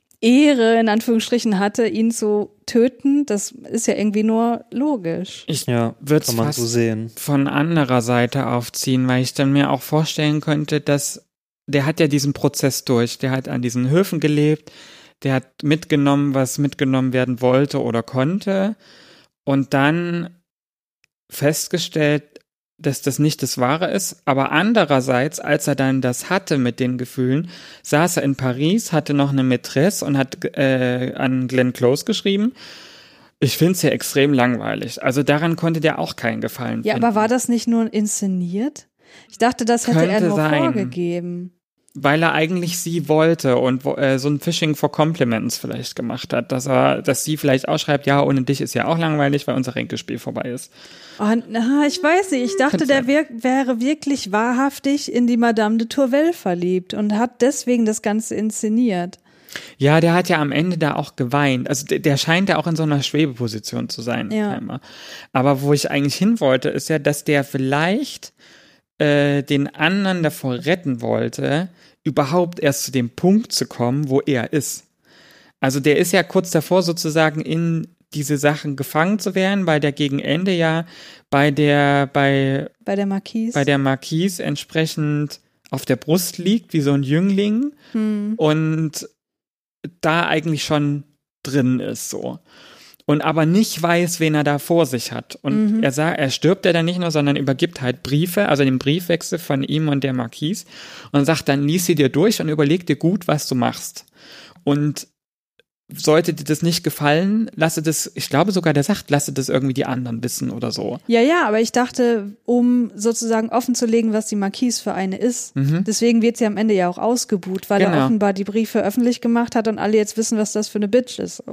Ehre in Anführungsstrichen hatte, ihn zu töten, das ist ja irgendwie nur logisch. Ich Ja, würde es kann man fast so sehen. von anderer Seite aufziehen, weil ich dann mir auch vorstellen könnte, dass der hat ja diesen Prozess durch, der hat an diesen Höfen gelebt, der hat mitgenommen, was mitgenommen werden wollte oder konnte und dann festgestellt, dass das nicht das Wahre ist, aber andererseits, als er dann das hatte mit den Gefühlen, saß er in Paris, hatte noch eine Mätresse und hat äh, an Glenn Close geschrieben. Ich finde es ja extrem langweilig. Also daran konnte der auch keinen Gefallen Ja, finden. aber war das nicht nur inszeniert? Ich dachte, das hätte er Könnte nur sein. vorgegeben. Weil er eigentlich sie wollte und wo, äh, so ein Fishing for Compliments vielleicht gemacht hat, dass er, dass sie vielleicht ausschreibt, ja, ohne dich ist ja auch langweilig, weil unser Ränkespiel vorbei ist. Oh, na, ich weiß nicht, ich dachte, der wir wäre wirklich wahrhaftig in die Madame de Tourvel verliebt und hat deswegen das Ganze inszeniert. Ja, der hat ja am Ende da auch geweint. Also der, der scheint ja auch in so einer Schwebeposition zu sein. Ja. Scheinbar. Aber wo ich eigentlich hin wollte, ist ja, dass der vielleicht äh, den anderen davor retten wollte, überhaupt erst zu dem Punkt zu kommen, wo er ist. Also der ist ja kurz davor sozusagen in diese Sachen gefangen zu werden, weil der gegen Ende ja bei der bei Bei der Marquise. bei der Marquise entsprechend auf der Brust liegt, wie so ein Jüngling Hm. und da eigentlich schon drin ist so. Und aber nicht weiß, wen er da vor sich hat. Und Mhm. er sagt, er stirbt ja dann nicht nur, sondern übergibt halt Briefe, also den Briefwechsel von ihm und der Marquise und sagt dann, lies sie dir durch und überleg dir gut, was du machst. Und sollte dir das nicht gefallen, lasse das, ich glaube sogar, der sagt, lasse das irgendwie die anderen wissen oder so. Ja, ja, aber ich dachte, um sozusagen offenzulegen, was die Marquise für eine ist. Mhm. Deswegen wird sie am Ende ja auch ausgebuht, weil er Genau. offenbar die Briefe öffentlich gemacht hat und alle jetzt wissen, was das für eine Bitch ist.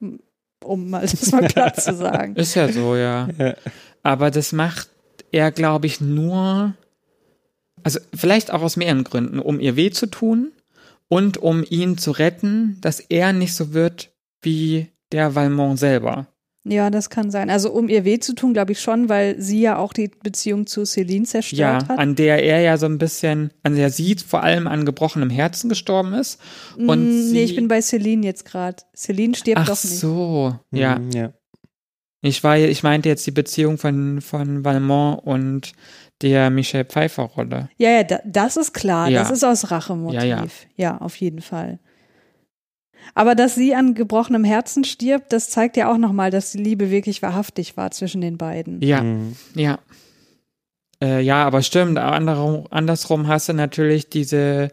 Um mal das mal klar zu sagen. Ist ja so, ja. Ja. Aber das macht er, glaube ich, nur, also vielleicht auch aus mehreren Gründen, um ihr weh zu tun und um ihn zu retten, dass er nicht so wird wie der Valmont selber. Ja, das kann sein. Also um ihr weh zu tun, glaube ich schon, weil sie ja auch die Beziehung zu Celine zerstört Ja, hat. an der er ja so ein bisschen, an der sie vor allem an gebrochenem Herzen gestorben ist. Und Mm, sie, nee, ich bin bei Celine jetzt gerade. Celine stirbt ach doch nicht. so, ja. Mhm, ja. Ich war, ich meinte jetzt die Beziehung von, von Valmont und der Michelle Pfeiffer-Rolle. Ja, ja, da, das ist klar. Ja. Das ist aus Rachemotiv. Ja, ja. Ja, auf jeden Fall. Aber dass sie an gebrochenem Herzen stirbt, das zeigt ja auch nochmal, dass die Liebe wirklich wahrhaftig war zwischen den beiden. Ja, Mhm. ja. Äh, ja, aber stimmt. Andersrum, andersrum hast du natürlich diese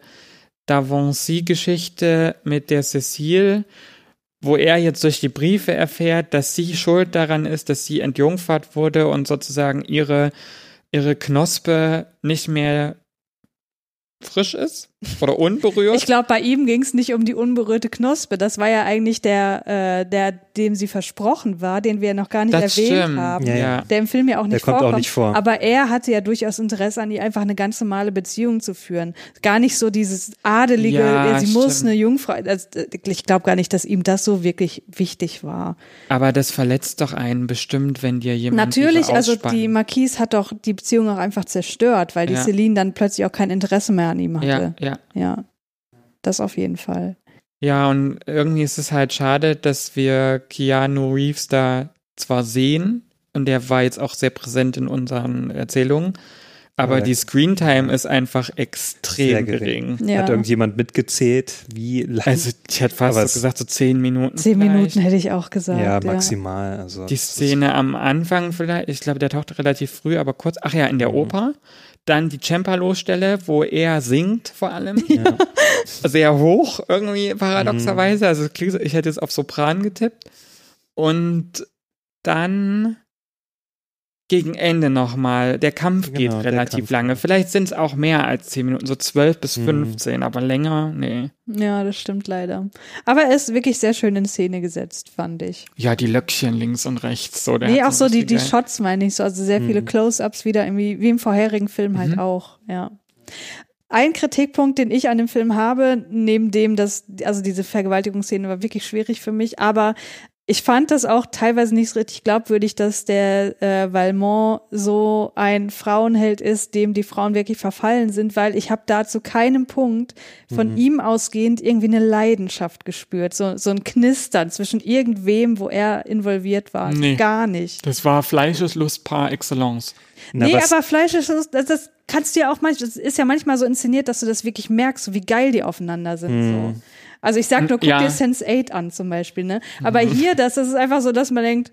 Davancy-Geschichte mit der Cécile, wo er jetzt durch die Briefe erfährt, dass sie schuld daran ist, dass sie entjungfert wurde und sozusagen ihre, ihre Knospe nicht mehr frisch ist oder unberührt. Ich glaube, bei ihm ging es nicht um die unberührte Knospe. Das war ja eigentlich der, äh, der, dem sie versprochen war, den wir noch gar nicht Das erwähnt stimmt, haben. ja, ja. Der im Film ja auch nicht Der kommt auch vorkommt. nicht vor. Aber er hatte ja durchaus Interesse an ihr, einfach eine ganz normale Beziehung zu führen. Gar nicht so dieses adelige, Ja, sie muss stimmt. eine Jungfrau. Also, ich glaube gar nicht, dass ihm das so wirklich wichtig war. Aber das verletzt doch einen bestimmt, wenn dir jemand Natürlich, diese also ausspannt. die Marquise hat doch die Beziehung auch einfach zerstört, weil die Ja. Celine dann plötzlich auch kein Interesse mehr an ihm hatte. Ja, ja. Ja. das auf jeden Fall. Ja, und irgendwie ist es halt schade, dass wir Keanu Reeves da zwar sehen, und der war jetzt auch sehr präsent in unseren Erzählungen, aber ja, die Screentime ist einfach extrem gering. gering. Ja. Hat irgendjemand mitgezählt, wie lange? Also ich hätte fast so gesagt, so zehn Minuten. Zehn vielleicht. Minuten hätte ich auch gesagt. Ja, ja. maximal. Also die Szene am Anfang vielleicht, ich glaube, der taucht relativ früh, aber kurz, ach ja, in der mhm. Oper. Dann die Cembalo-Stelle, wo er singt vor allem. Ja. Sehr hoch irgendwie paradoxerweise. Also ich hätte jetzt auf Sopran getippt. Und dann gegen Ende nochmal. Der Kampf geht genau, relativ Kampf. lange. Vielleicht sind es auch mehr als zehn Minuten, so zwölf bis fünfzehn, mhm. aber länger, nee. Ja, das stimmt leider. Aber er ist wirklich sehr schön in Szene gesetzt, fand ich. Ja, die Löckchen links und rechts. So, der nee, auch so die, die Shots meine ich so. Also sehr mhm. viele Close-Ups wieder, irgendwie, wie im vorherigen Film halt mhm. auch, ja. Ein Kritikpunkt, den ich an dem Film habe, neben dem, dass, also diese Vergewaltigungsszene war wirklich schwierig für mich, aber ich fand das auch teilweise nicht so richtig glaubwürdig, dass der äh, Valmont so ein Frauenheld ist, dem die Frauen wirklich verfallen sind, weil ich habe da zu keinem Punkt von mhm. ihm ausgehend irgendwie eine Leidenschaft gespürt, so, so ein Knistern zwischen irgendwem, wo er involviert war. Nee, gar nicht. Das war Fleischeslust par excellence. Na, nee, aber Fleischeslust, das, das kannst du ja auch manchmal, das ist ja manchmal so inszeniert, dass du das wirklich merkst, so wie geil die aufeinander sind. Mhm. So. Also ich sag nur, guck ja. dir Sense eight an zum Beispiel, ne? Aber mhm. hier, das, das ist einfach so, dass man denkt,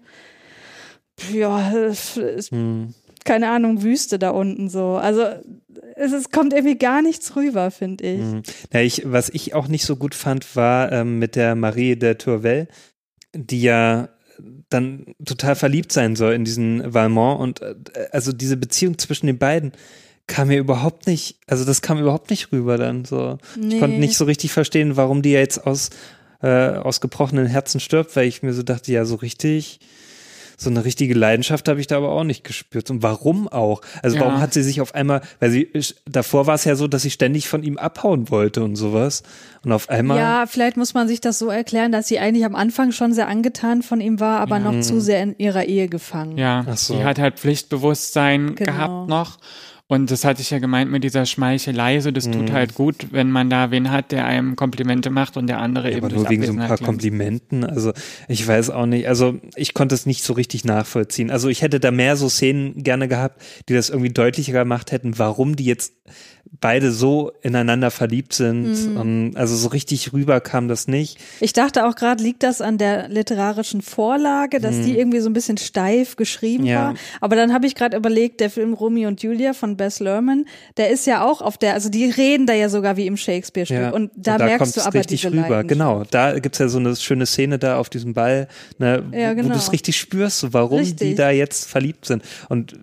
ja, es ist, mhm. keine Ahnung, Wüste da unten so. Also es, es kommt irgendwie gar nichts rüber, finde ich. Mhm. Ja, ich. Was ich auch nicht so gut fand, war ähm, mit der Marie de Tourvel, die ja dann total verliebt sein soll in diesen Valmont und äh, also diese Beziehung zwischen den beiden kam mir überhaupt nicht, also das kam überhaupt nicht rüber dann so. Nee. Ich konnte nicht so richtig verstehen, warum die ja jetzt aus, äh, aus gebrochenen Herzen stirbt, weil ich mir so dachte, ja, so richtig, so eine richtige Leidenschaft habe ich da aber auch nicht gespürt. Und warum auch? Also ja. warum hat sie sich auf einmal, weil sie, davor war es ja so, dass sie ständig von ihm abhauen wollte und sowas. Und auf einmal. Ja, vielleicht muss man sich das so erklären, dass sie eigentlich am Anfang schon sehr angetan von ihm war, aber ja. noch zu sehr in ihrer Ehe gefangen. Ja, Ach so. sie hat halt Pflichtbewusstsein genau. gehabt noch. Und das hatte ich ja gemeint mit dieser Schmeichelei, so das mm. tut halt gut, wenn man da wen hat, der einem Komplimente macht und der andere ja, eben aber nur wegen so ein paar Komplimenten, also ich weiß auch nicht, also ich konnte es nicht so richtig nachvollziehen. Also ich hätte da mehr so Szenen gerne gehabt, die das irgendwie deutlicher gemacht hätten, warum die jetzt beide so ineinander verliebt sind. Mhm. Und also so richtig rüber kam das nicht. Ich dachte auch gerade, liegt das an der literarischen Vorlage, dass mhm. die irgendwie so ein bisschen steif geschrieben ja. war. Aber dann habe ich gerade überlegt, der Film Romeo und Julia von Baz Luhrmann, der ist ja auch auf der, also die reden da ja sogar wie im Shakespeare-Stück. Ja. Und da, und da merkst du aber richtig diese rüber. Genau, da gibt's ja so eine schöne Szene da auf diesem Ball, ne, ja, genau. wo du es richtig spürst, so warum richtig. die da jetzt verliebt sind. Und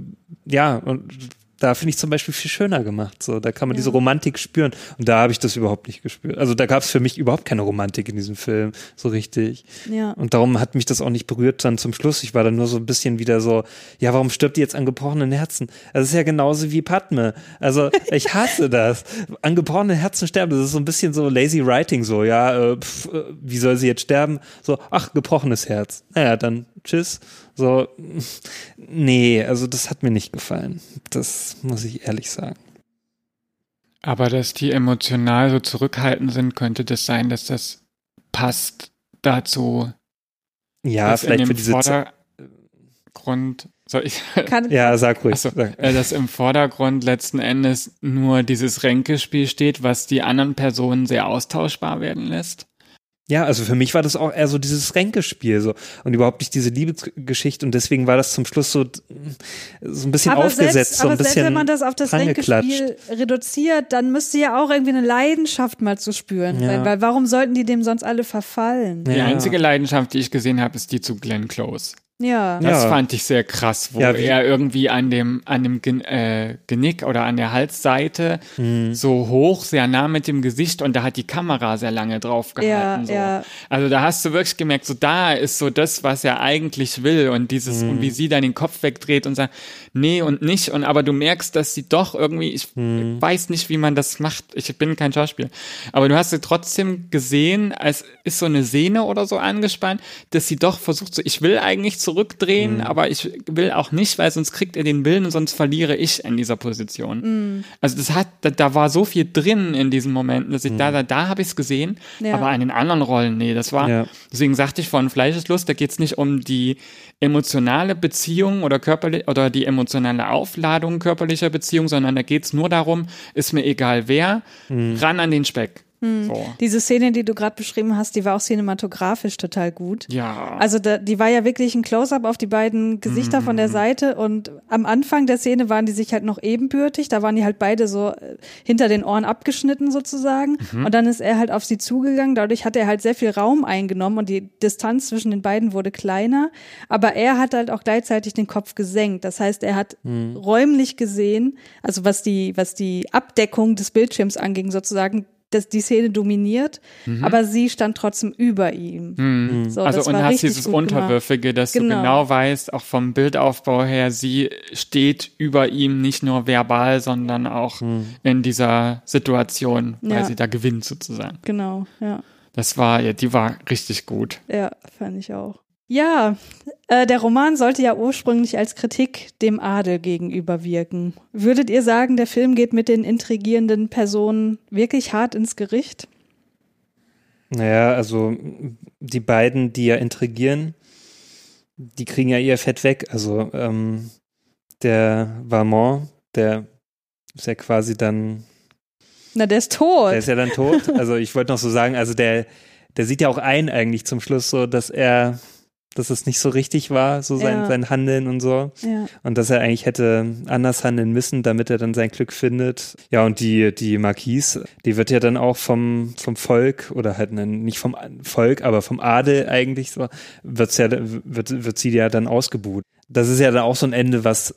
ja, und da finde ich zum Beispiel viel schöner gemacht. So, da kann man ja. diese Romantik spüren. Und da habe ich das überhaupt nicht gespürt. Also da gab es für mich überhaupt keine Romantik in diesem Film, so richtig. Ja. Und darum hat mich das auch nicht berührt dann zum Schluss. Ich war dann nur so ein bisschen wieder so, ja, warum stirbt die jetzt an gebrochenen Herzen? Also es ist ja genauso wie Padme. Also ich hasse das. An gebrochenen Herzen sterben, das ist so ein bisschen so lazy writing, so, ja, äh, pf, wie soll sie jetzt sterben? So, ach, gebrochenes Herz. Naja, dann tschüss. So, nee, also das hat mir nicht gefallen. Das muss ich ehrlich sagen. Aber dass die emotional so zurückhaltend sind, könnte das sein, dass das passt dazu. Ja, vielleicht für diese Vordergrund. Soll ich? Kann ja, sag ruhig. Achso, dass im Vordergrund letzten Endes nur dieses Ränkespiel steht, was die anderen Personen sehr austauschbar werden lässt. Ja, also für mich war das auch eher so dieses Ränkespiel so und überhaupt nicht diese Liebesgeschichte und deswegen war das zum Schluss so, so ein bisschen aber aufgesetzt, selbst, so ein aber bisschen selbst wenn man das auf das Ränkespiel reduziert, dann müsste ja auch irgendwie eine Leidenschaft mal zu spüren ja. sein, weil warum sollten die dem sonst alle verfallen? Die ja. einzige Leidenschaft, die ich gesehen habe, ist die zu Glenn Close. Ja. Das ja. fand ich sehr krass, wo ja, er irgendwie an dem, an dem Gen- äh, Genick oder an der Halsseite mhm. so hoch, sehr nah mit dem Gesicht und da hat die Kamera sehr lange drauf gehalten. Ja, so. ja. Also da hast du wirklich gemerkt, so da ist so das, was er eigentlich will und dieses, mhm. und wie sie dann den Kopf wegdreht und sagt, nee und nicht und aber du merkst, dass sie doch irgendwie, ich mhm. weiß nicht, wie man das macht, ich bin kein Schauspieler, aber du hast sie trotzdem gesehen, als ist so eine Sehne oder so angespannt, dass sie doch versucht, so ich will eigentlich zu zurückdrehen, Mhm. aber ich will auch nicht, weil sonst kriegt er den Willen und sonst verliere ich in dieser Position. Mhm. Also das hat, da, da war so viel drin in diesen Momenten, dass ich da, da, da habe ich es gesehen, Ja. aber an den anderen Rollen, nee, das war, Ja. deswegen sagte ich von Fleisch ist Lust, da geht es nicht um die emotionale Beziehung oder körperlich oder die emotionale Aufladung körperlicher Beziehung, sondern da geht es nur darum, ist mir egal wer, ran an den Speck. So. Diese Szene, die du gerade beschrieben hast, die war auch cinematografisch total gut. Ja. Also da, die war ja wirklich ein Close-up auf die beiden Gesichter von der Seite und am Anfang der Szene waren die sich halt noch ebenbürtig, da waren die halt beide so äh, hinter den Ohren abgeschnitten sozusagen und dann ist er halt auf sie zugegangen, dadurch hat er halt sehr viel Raum eingenommen und die Distanz zwischen den beiden wurde kleiner, aber er hat halt auch gleichzeitig den Kopf gesenkt, das heißt, er hat räumlich gesehen, also was die, was die Abdeckung des Bildschirms anging sozusagen, dass die Szene dominiert, Mhm. aber sie stand trotzdem über ihm. Mhm. So, also das und war hast richtig dieses gut gemacht. Unterwürfige, dass Genau. du genau weißt, auch vom Bildaufbau her, sie steht über ihm nicht nur verbal, sondern auch in dieser Situation, weil Ja. sie da gewinnt sozusagen. Genau, ja. Das war, ja, die war richtig gut. Ja, fand ich auch. Ja, äh, der Roman sollte ja ursprünglich als Kritik dem Adel gegenüber wirken. Würdet ihr sagen, der Film geht mit den intrigierenden Personen wirklich hart ins Gericht? Naja, also die beiden, die ja intrigieren, die kriegen ja ihr Fett weg. Also ähm, der Valmont, der ist ja quasi dann, Na, der ist tot. der ist ja dann tot. Also ich wollte noch so sagen, also der, der sieht ja auch ein eigentlich zum Schluss so, dass er, dass es nicht so richtig war, so sein, Ja. sein Handeln und so. Ja. Und dass er eigentlich hätte anders handeln müssen, damit er dann sein Glück findet. Ja, und die, die Marquise, die wird ja dann auch vom, vom Volk oder halt ne, nicht vom Volk, aber vom Adel eigentlich so, wird's ja, wird, wird sie ja dann ausgebuht. Das ist ja dann auch so ein Ende, was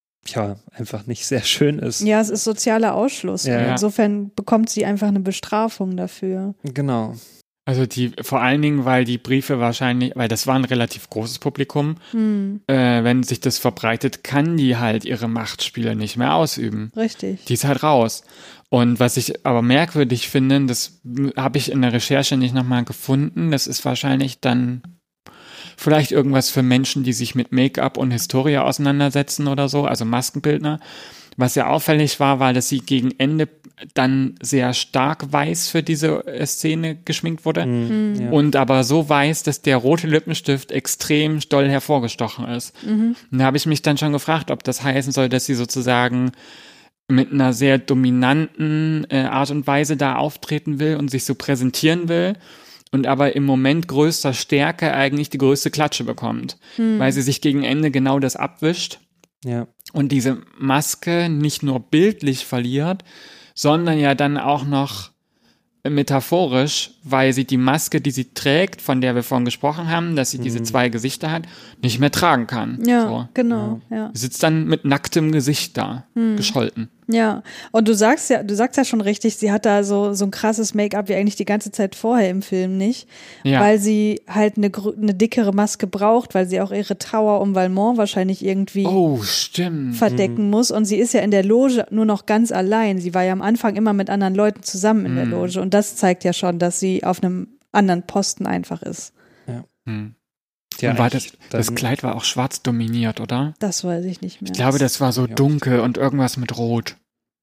ja einfach nicht sehr schön ist. Ja, es ist sozialer Ausschluss. Ja. Und insofern bekommt sie einfach eine Bestrafung dafür. Genau. Also die, vor allen Dingen, weil die Briefe wahrscheinlich, weil das war ein relativ großes Publikum, Hm, äh, wenn sich das verbreitet, kann die halt ihre Machtspiele nicht mehr ausüben. richtig. Die ist halt raus. Und was ich aber merkwürdig finde, das habe ich in der Recherche nicht nochmal gefunden, das ist wahrscheinlich dann vielleicht irgendwas für Menschen, die sich mit Make-up und Historie auseinandersetzen oder so, also Maskenbildner. Was ja auffällig war, war, dass sie gegen Ende dann sehr stark weiß für diese äh, Szene geschminkt wurde Mhm. Ja. und aber so weiß, dass der rote Lippenstift extrem doll hervorgestochen ist. Mhm. Und da habe ich mich dann schon gefragt, ob das heißen soll, dass sie sozusagen mit einer sehr dominanten äh, Art und Weise da auftreten will und sich so präsentieren will und aber im Moment größter Stärke eigentlich die größte Klatsche bekommt, Hm. weil sie sich gegen Ende genau das abwischt Ja. und diese Maske nicht nur bildlich verliert, sondern ja dann auch noch metaphorisch, weil sie die Maske, die sie trägt, von der wir vorhin gesprochen haben, dass sie diese zwei Gesichter hat, nicht mehr tragen kann. Ja, So. genau, ja. Sie sitzt dann mit nacktem Gesicht da, Hm. gescholten. Ja, und du sagst ja, du sagst ja schon richtig, sie hat da so, so ein krasses Make-up wie eigentlich die ganze Zeit vorher im Film nicht, Ja. weil sie halt eine, grö- eine dickere Maske braucht, weil sie auch ihre Trauer um Valmont wahrscheinlich irgendwie Oh, stimmt. verdecken muss und sie ist ja in der Loge nur noch ganz allein. Sie war ja am Anfang immer mit anderen Leuten zusammen in der Mhm. Loge und das zeigt ja schon, dass sie auf einem anderen Posten einfach ist. Hm. Ja, Und war das, eigentlich das dann- Kleid war auch schwarz dominiert, oder? Das weiß ich nicht mehr. Ich glaube, das war so Ja. dunkel und irgendwas mit Rot.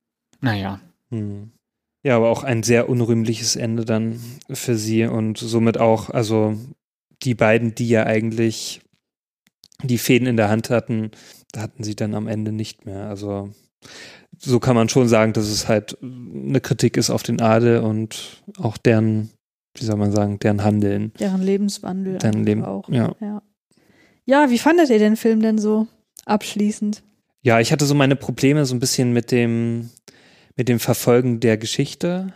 Naja. Hm. Ja, aber auch ein sehr unrühmliches Ende dann für sie und somit auch, also die beiden, die ja eigentlich die Fäden in der Hand hatten, da hatten sie dann am Ende nicht mehr. Also so kann man schon sagen, dass es halt eine Kritik ist auf den Adel und auch deren, wie soll man sagen, deren Handeln. Deren Lebenswandel Deren einfach Leben, auch. ja. ja. Ja, wie fandet ihr den Film denn so abschließend? Ja, ich hatte so meine Probleme so ein bisschen mit dem, mit dem Verfolgen der Geschichte,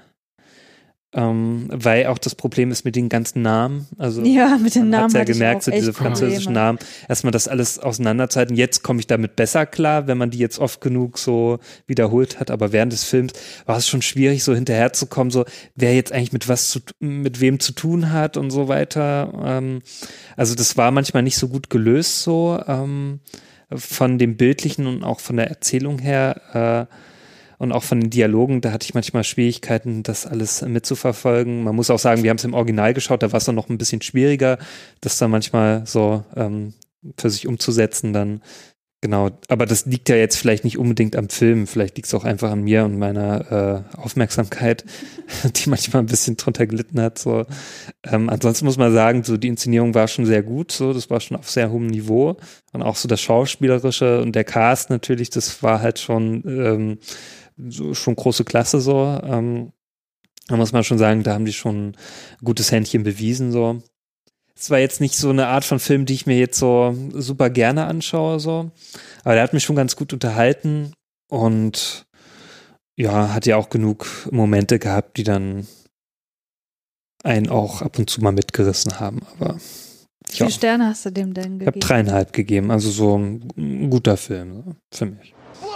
ähm, weil auch das Problem ist mit den ganzen Namen. Also Ja, mit den man Namen hat's ja hatte ich gemerkt, auch so diese echt französischen Probleme. Namen, erstmal das alles auseinanderzuhalten. Jetzt komme ich damit besser klar, wenn man die jetzt oft genug so wiederholt hat. Aber während des Films war es schon schwierig, so hinterherzukommen, so wer jetzt eigentlich mit was zu, mit wem zu tun hat und so weiter. Ähm, also das war manchmal nicht so gut gelöst so ähm, von dem Bildlichen und auch von der Erzählung her. Äh, Und auch von den Dialogen, da hatte ich manchmal Schwierigkeiten, das alles mitzuverfolgen. Man muss auch sagen, wir haben es im Original geschaut, da war es dann noch ein bisschen schwieriger, dass da manchmal so ähm, für sich umzusetzen dann. Genau, aber das liegt ja jetzt vielleicht nicht unbedingt am Film, vielleicht liegt es auch einfach an mir und meiner äh, Aufmerksamkeit, die manchmal ein bisschen drunter gelitten hat. So. Ähm, ansonsten muss man sagen, so die Inszenierung war schon sehr gut, so das war schon auf sehr hohem Niveau und auch so das Schauspielerische und der Cast natürlich, das war halt schon ähm, so, schon große Klasse so. Ähm, da muss man schon sagen, da haben die schon ein gutes Händchen bewiesen so. Es war jetzt nicht so eine Art von Film, die ich mir jetzt so super gerne anschaue, so. Aber der hat mich schon ganz gut unterhalten und ja, hat ja auch genug Momente gehabt, die dann einen auch ab und zu mal mitgerissen haben. Aber wie viele Sterne hast du dem denn gegeben? Ich habe dreieinhalb gegeben, also so ein, ein guter Film so, für mich.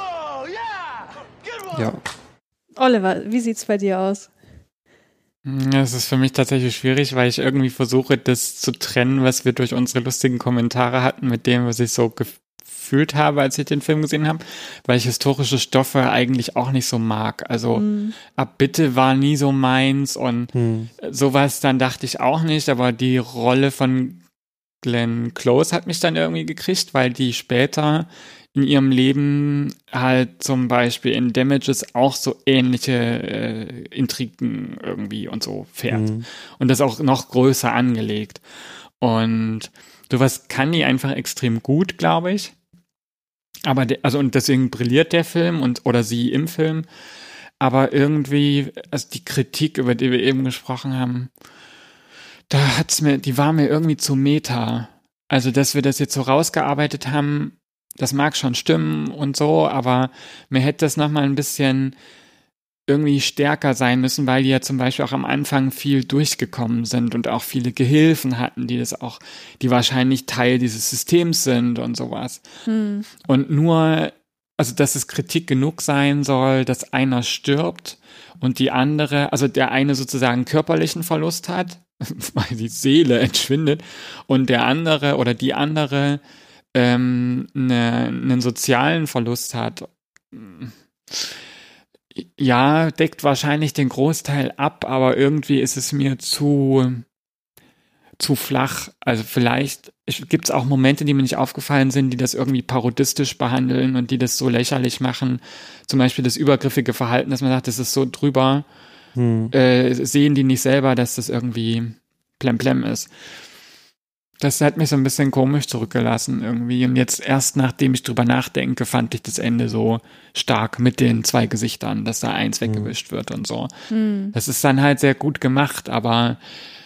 Ja. Oliver, wie sieht's bei dir aus? Es ist für mich tatsächlich schwierig, weil ich irgendwie versuche, das zu trennen, was wir durch unsere lustigen Kommentare hatten, mit dem, was ich so gefühlt habe, als ich den Film gesehen habe, weil ich historische Stoffe eigentlich auch nicht so mag. Also mhm. Abbitte war nie so meins und mhm. sowas dann dachte ich auch nicht, aber die Rolle von Glenn Close hat mich dann irgendwie gekriegt, weil die später in ihrem Leben halt zum Beispiel in Damages auch so ähnliche äh, Intrigen irgendwie und so fährt. Mhm. Und das auch noch größer angelegt. Und sowas kann die einfach extrem gut, glaube ich. Aber, de- also und deswegen brilliert der Film und oder sie im Film. Aber irgendwie, also die Kritik, über die wir eben gesprochen haben, da hat's mir, die war mir irgendwie zu meta. Also, dass wir das jetzt so rausgearbeitet haben, das mag schon stimmen und so, aber mir hätte das nochmal ein bisschen irgendwie stärker sein müssen, weil die ja zum Beispiel auch am Anfang viel durchgekommen sind und auch viele Gehilfen hatten, die das auch, die wahrscheinlich Teil dieses Systems sind und sowas. Hm. Und nur, also dass es Kritik genug sein soll, dass einer stirbt und die andere, also der eine sozusagen körperlichen Verlust hat, weil die Seele entschwindet und der andere oder die andere ähm, ne, einen sozialen Verlust hat. Ja, deckt wahrscheinlich den Großteil ab, aber irgendwie ist es mir zu zu flach. Also vielleicht gibt es auch Momente, die mir nicht aufgefallen sind, die das irgendwie parodistisch behandeln und die das so lächerlich machen. Zum Beispiel das übergriffige Verhalten, dass man sagt, das ist so drüber. Hm. Äh, sehen die nicht selber, dass das irgendwie plemplem ist. Das hat mich so ein bisschen komisch zurückgelassen irgendwie. Und jetzt erst nachdem ich drüber nachdenke, fand ich das Ende so stark mit den zwei Gesichtern, dass da eins mhm. weggewischt wird und so. Mhm. Das ist dann halt sehr gut gemacht, aber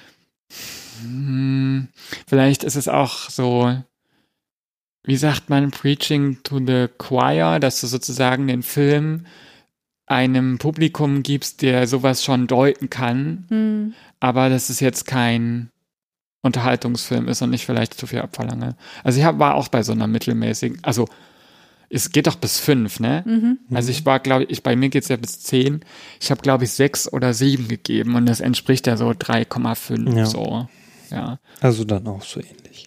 mh, vielleicht ist es auch so, wie sagt man, Preaching to the Choir, dass du sozusagen den Film einem Publikum gibst, der sowas schon deuten kann, mhm. aber das ist jetzt kein Unterhaltungsfilm ist und nicht vielleicht zu viel abverlange. Also ich hab, war auch bei so einer mittelmäßigen, also es geht doch bis fünf, ne? Mhm. Also ich war, glaube ich, bei mir geht's ja bis zehn. Ich habe, glaube ich, sechs oder sieben gegeben und das entspricht ja so drei Komma fünf, ja. So. Ja. Also dann auch so ähnlich.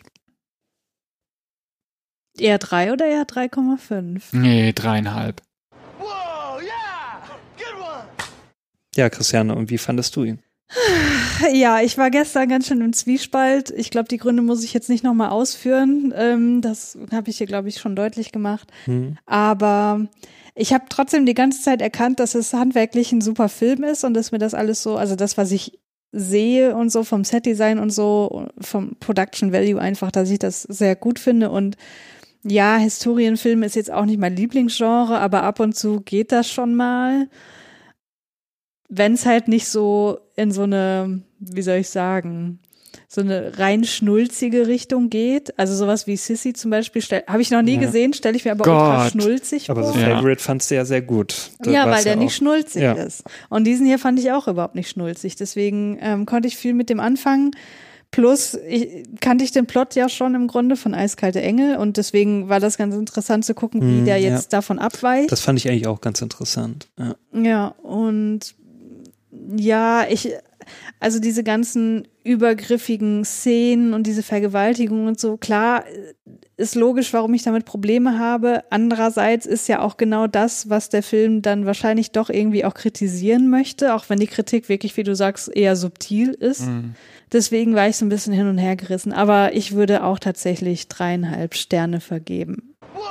Eher drei oder eher drei Komma fünf? Nee, dreieinhalb. Wow, yeah! Good one! Ja, Christiane, und wie fandest du ihn? Ja, ich war gestern ganz schön im Zwiespalt. Ich glaube, die Gründe muss ich jetzt nicht nochmal ausführen. Ähm, das habe ich hier, glaube ich, schon deutlich gemacht. Hm. Aber ich habe trotzdem die ganze Zeit erkannt, dass es handwerklich ein super Film ist und dass mir das alles so, also das, was ich sehe und so vom Setdesign und so, vom Production Value einfach, dass ich das sehr gut finde. Und ja, Historienfilm ist jetzt auch nicht mein Lieblingsgenre, aber ab und zu geht das schon mal. Wenn es halt nicht so in so eine, wie soll ich sagen, so eine rein schnulzige Richtung geht. Also sowas wie Sissy zum Beispiel, habe ich noch nie ja. gesehen, stelle ich mir aber Gott. ultra schnulzig aber vor. Aber The Favorite fandst du ja sehr gut. Das ja, weil der ja nicht schnulzig ja. ist. Und diesen hier fand ich auch überhaupt nicht schnulzig. Deswegen ähm, konnte ich viel mit dem anfangen. Plus ich, kannte ich den Plot ja schon im Grunde von Eiskalte Engel und deswegen war das ganz interessant zu gucken, wie mm, der jetzt ja. davon abweicht. Das fand ich eigentlich auch ganz interessant. Ja, ja und ja, ich, also diese ganzen übergriffigen Szenen und diese Vergewaltigung und so, klar, ist logisch, warum ich damit Probleme habe. Andererseits ist ja auch genau das, was der Film dann wahrscheinlich doch irgendwie auch kritisieren möchte, auch wenn die Kritik wirklich, wie du sagst, eher subtil ist. Mhm. Deswegen war ich so ein bisschen hin und her gerissen. Aber ich würde auch tatsächlich dreieinhalb Sterne vergeben.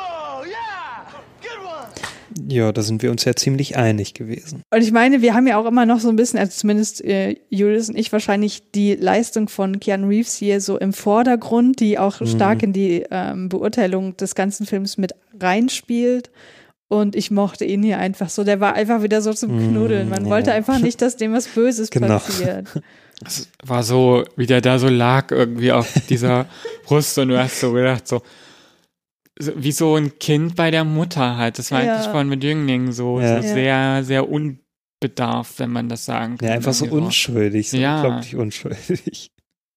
Ja, da sind wir uns ja ziemlich einig gewesen. Und ich meine, wir haben ja auch immer noch so ein bisschen, also zumindest äh, Julius und ich wahrscheinlich die Leistung von Keanu Reeves hier so im Vordergrund, die auch mhm. stark in die ähm, Beurteilung des ganzen Films mit reinspielt. Und ich mochte ihn hier einfach so. Der war einfach wieder so zum Knuddeln. Man ja. wollte einfach nicht, dass dem was Böses genau. passiert. Es war so, wie der da so lag irgendwie auf dieser Brust und du hast so gedacht, so wie so ein Kind bei der Mutter halt. Das war ja. eigentlich vorhin mit Jünglingen so, ja. so sehr, sehr unbedarft, wenn man das sagen kann. Ja, einfach so unschuldig, so ja. unglaublich unschuldig.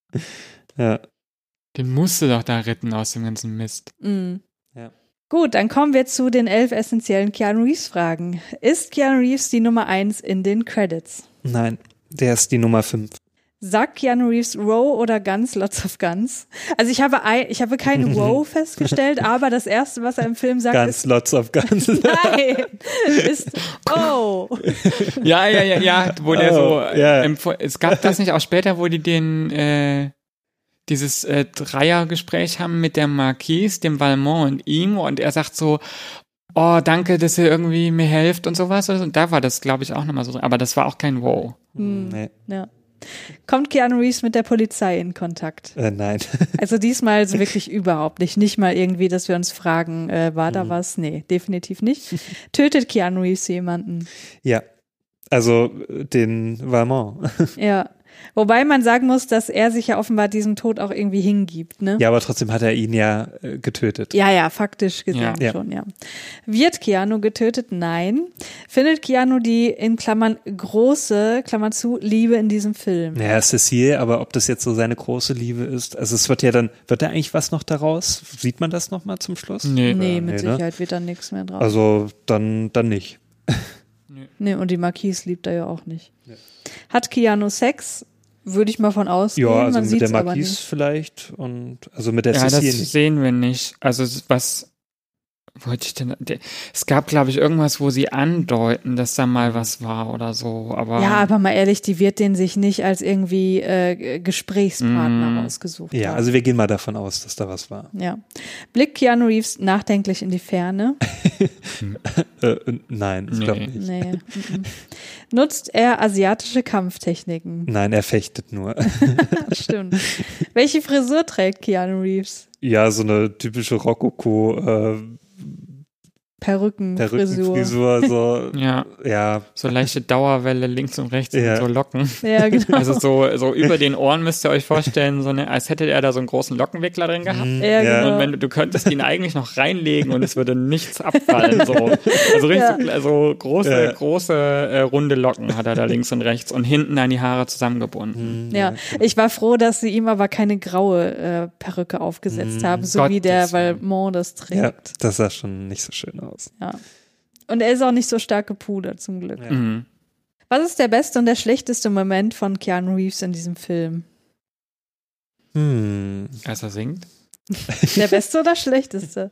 Ja. Den musste doch da retten aus dem ganzen Mist. Mhm. Ja. Gut, dann kommen wir zu den elf essentiellen Keanu Reeves-Fragen. Ist Keanu Reeves die Nummer eins in den Credits? Nein, der ist die Nummer fünf. Sagt Keanu Reeves Row oder Guns, Lots of Guns? Also ich habe ein, ich habe keine Row festgestellt, aber das erste, was er im Film sagt, Guns, ist Lots of Guns. Nein, ist Oh. Ja, ja, ja, ja, wo der oh, so, yeah. ähm, es gab das nicht auch später, wo die den, äh, dieses äh, Dreiergespräch haben mit der Marquise, dem Valmont und ihm und er sagt so, oh, danke, dass ihr irgendwie mir helft und sowas. Und da war das, glaube ich, auch nochmal so drin. Aber das war auch kein Wow. Hm, nee. Ja. Kommt Keanu Reeves mit der Polizei in Kontakt? Äh, nein. Also diesmal so wirklich überhaupt nicht. Nicht mal irgendwie, dass wir uns fragen, äh, war da mhm. was? Nee, definitiv nicht. Tötet Keanu Reeves jemanden? Ja, also den Valmont. Ja. Wobei man sagen muss, dass er sich ja offenbar diesem Tod auch irgendwie hingibt, ne? Ja, aber trotzdem hat er ihn ja äh, getötet. Ja, ja, faktisch gesehen ja. schon, ja. Wird Keanu getötet? Nein. Findet Keanu die in Klammern große, Klammer zu, Liebe in diesem Film? Ja, Cecile, aber ob das jetzt so seine große Liebe ist, also es wird ja dann, wird da eigentlich was noch daraus? Sieht man das nochmal zum Schluss? Nee, nee äh, mit nee, Sicherheit ne? wird da nichts mehr draus. Also dann, dann nicht. Nee. nee, und die Marquise liebt er ja auch nicht. Ja. Hat Keanu Sex? Würde ich mal von ausgehen. Ja, also Man mit der aber Marquise nicht. vielleicht und also mit der ja, Cecile das nicht. Sehen wir nicht. Also was wollte ich denn? Es gab, glaube ich, irgendwas, wo sie andeuten, dass da mal was war oder so. Aber ja, aber mal ehrlich, die wird den sich nicht als irgendwie äh, Gesprächspartner mm. ausgesucht. Ja, haben. also wir gehen mal davon aus, dass da was war. Ja. Blickt Keanu Reeves nachdenklich in die Ferne? äh, nein, ich nee. glaube nicht. Nee. Nutzt er asiatische Kampftechniken? Nein, er fechtet nur. Stimmt. Welche Frisur trägt Keanu Reeves? Ja, so eine typische Rokoko äh, Perückenfrisur. Perückenfrisur, so, ja. ja. So leichte Dauerwelle links und rechts ja. und so Locken. Ja, genau. Also so, so über den Ohren müsst ihr euch vorstellen, so eine, als hätte er da so einen großen Lockenwickler drin gehabt. Ja, genau. Und wenn du könntest ihn eigentlich noch reinlegen und es würde nichts abfallen, so. Also richtig, Ja. also große, Ja. große, äh, runde Locken hat er da links und rechts und hinten an die Haare zusammengebunden. Ja, ich war froh, dass sie ihm aber keine graue äh, Perücke aufgesetzt Mhm. haben, so Gott, wie der das- Valmont das trägt. Ja, das sah schon nicht so schön aus. Ja. Und er ist auch nicht so stark gepudert, zum Glück. Ja. Mhm. Was ist der beste und der schlechteste Moment von Keanu Reeves in diesem Film? Hm. Als er singt. Der beste oder schlechteste?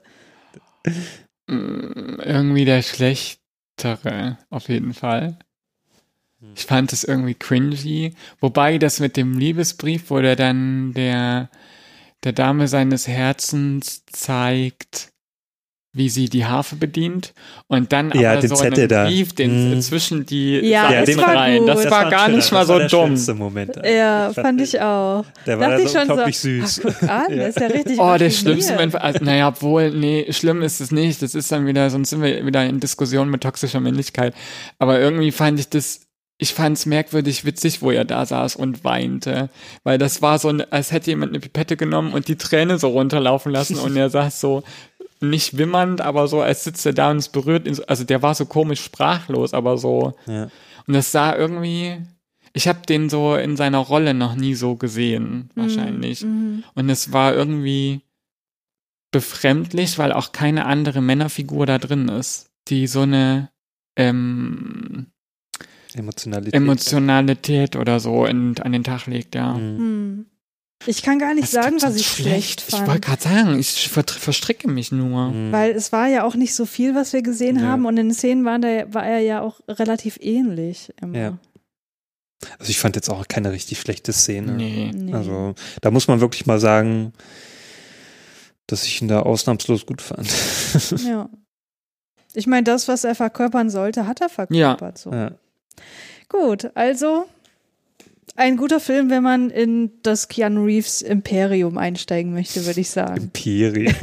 Mm, Irgendwie der schlechtere, auf jeden Fall. Ich fand es irgendwie cringy. Wobei das mit dem Liebesbrief, wo der dann der, der Dame seines Herzens zeigt, wie sie die Harfe bedient und dann Ja, aber den so Zettel einen da. Brief den, Mhm. zwischen die Ja, Seiten das war rein. gut. Das, Das war ein gar schöner- nicht mal das so war der dumm. schönste Moment. Ja, Ich fand ich auch. Der war Dachte da ich so schon unglaublich so, süß. Ach, guck an, der ist ja richtig Oh, der raffiniert. schlimmste Moment, also, naja, obwohl, nee, schlimm ist es nicht. Das ist dann wieder, sonst sind wir wieder in Diskussion mit toxischer Männlichkeit. Aber irgendwie fand ich das, ich fand es merkwürdig witzig, wo er da saß und weinte. Weil das war so, ein, als hätte jemand eine Pipette genommen und die Träne so runterlaufen lassen und er saß so, nicht wimmernd, aber so, als sitzt er da und es berührt ihn so, also der war so komisch sprachlos, aber so. Ja. Und das sah irgendwie, ich habe den so in seiner Rolle noch nie so gesehen, wahrscheinlich. Mhm. Und es war irgendwie befremdlich, weil auch keine andere Männerfigur da drin ist, die so eine ähm, Emotionalität. Emotionalität oder so in, an den Tag legt, ja. Mhm. Hm. Ich kann gar nicht Was sagen, gibt's was denn ich so schlecht fand. Ich wollte gerade sagen, ich ver verstricke mich nur. Mhm. Weil es war ja auch nicht so viel, was wir gesehen Ja. haben und in den Szenen waren da, war er ja auch relativ ähnlich immer. Ja. Also ich fand jetzt auch keine richtig schlechte Szene. Nee. Nee. Also da muss man wirklich mal sagen, dass ich ihn da ausnahmslos gut fand. Ja. Ich meine, das, was er verkörpern sollte, hat er verkörpert. So. Ja. Gut, also ein guter Film, wenn man in das Keanu Reeves Imperium einsteigen möchte, würde ich sagen. Imperium.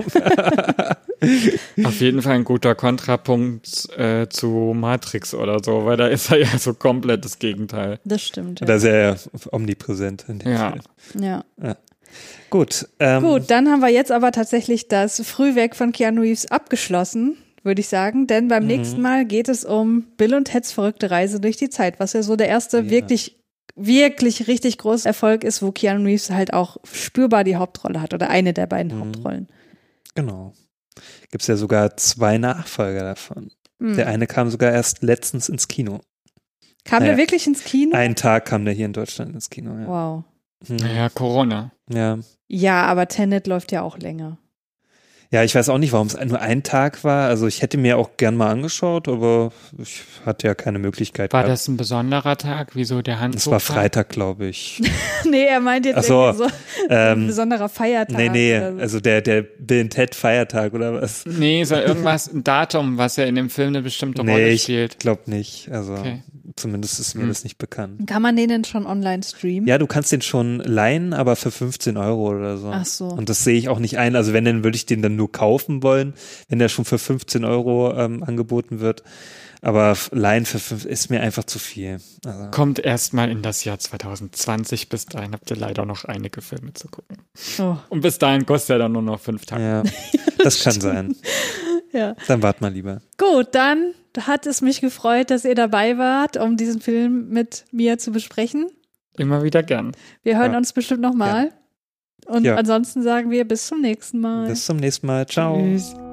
Auf jeden Fall ein guter Kontrapunkt äh, zu Matrix oder so, weil da ist er ja so komplett das Gegenteil. Das stimmt. Ja. Da ist er ja omnipräsent in dem Ja. Film. Ja. Ja. Gut. Ähm, Gut, dann haben wir jetzt aber tatsächlich das Frühwerk von Keanu Reeves abgeschlossen, würde ich sagen, denn beim Mhm. nächsten Mal geht es um Bill und Teds verrückte Reise durch die Zeit, was ja so der erste wirklich, wirklich richtig große Erfolg ist, wo Keanu Reeves halt auch spürbar die Hauptrolle hat oder eine der beiden Mhm. Hauptrollen. Genau. Gibt es ja sogar zwei Nachfolger davon. Mhm. Der eine kam sogar erst letztens ins Kino. Kam Naja. der wirklich ins Kino? Einen Tag kam der hier in Deutschland ins Kino. Ja. Wow. Hm. Naja, Corona. Ja. Ja, aber Tenet läuft ja auch länger. Ja, ich weiß auch nicht, warum es nur ein Tag war. Also ich hätte mir auch gern mal angeschaut, aber ich hatte ja keine Möglichkeit. War gehabt. das ein besonderer Tag? Wieso der Handtuch? Es war Freitag, glaube ich. Nee, er meint jetzt Ach so, irgendwie so ähm, ein besonderer Feiertag. Nee, nee, oder so. also der, der Bill and Ted Feiertag oder was? Nee, so irgendwas, ein Datum, was ja in dem Film eine bestimmte Nee, Rolle ich spielt. glaube nicht. Also Okay. zumindest ist mir Hm. das nicht bekannt. Kann man den denn schon online streamen? Ja, du kannst den schon leihen, aber für fünfzehn Euro oder so. Ach so. Und das sehe ich auch nicht ein. Also wenn, dann würde ich den dann nur kaufen wollen, wenn der schon für fünfzehn Euro ähm, angeboten wird. Aber leihen für fünf ist mir einfach zu viel. Also, Kommt erstmal in das Jahr zwanzig zwanzig. Bis dahin habt ihr leider noch einige Filme zu gucken. Oh. Und bis dahin kostet er dann nur noch fünf Tage. ja, das kann sein. Ja. Dann wart mal lieber. Gut, dann hat es mich gefreut, dass ihr dabei wart, um diesen Film mit mir zu besprechen. Immer wieder gern. Wir hören Ja. uns bestimmt nochmal. Und Ja. ansonsten sagen wir bis zum nächsten Mal. Bis zum nächsten Mal. Ciao. Tschüss.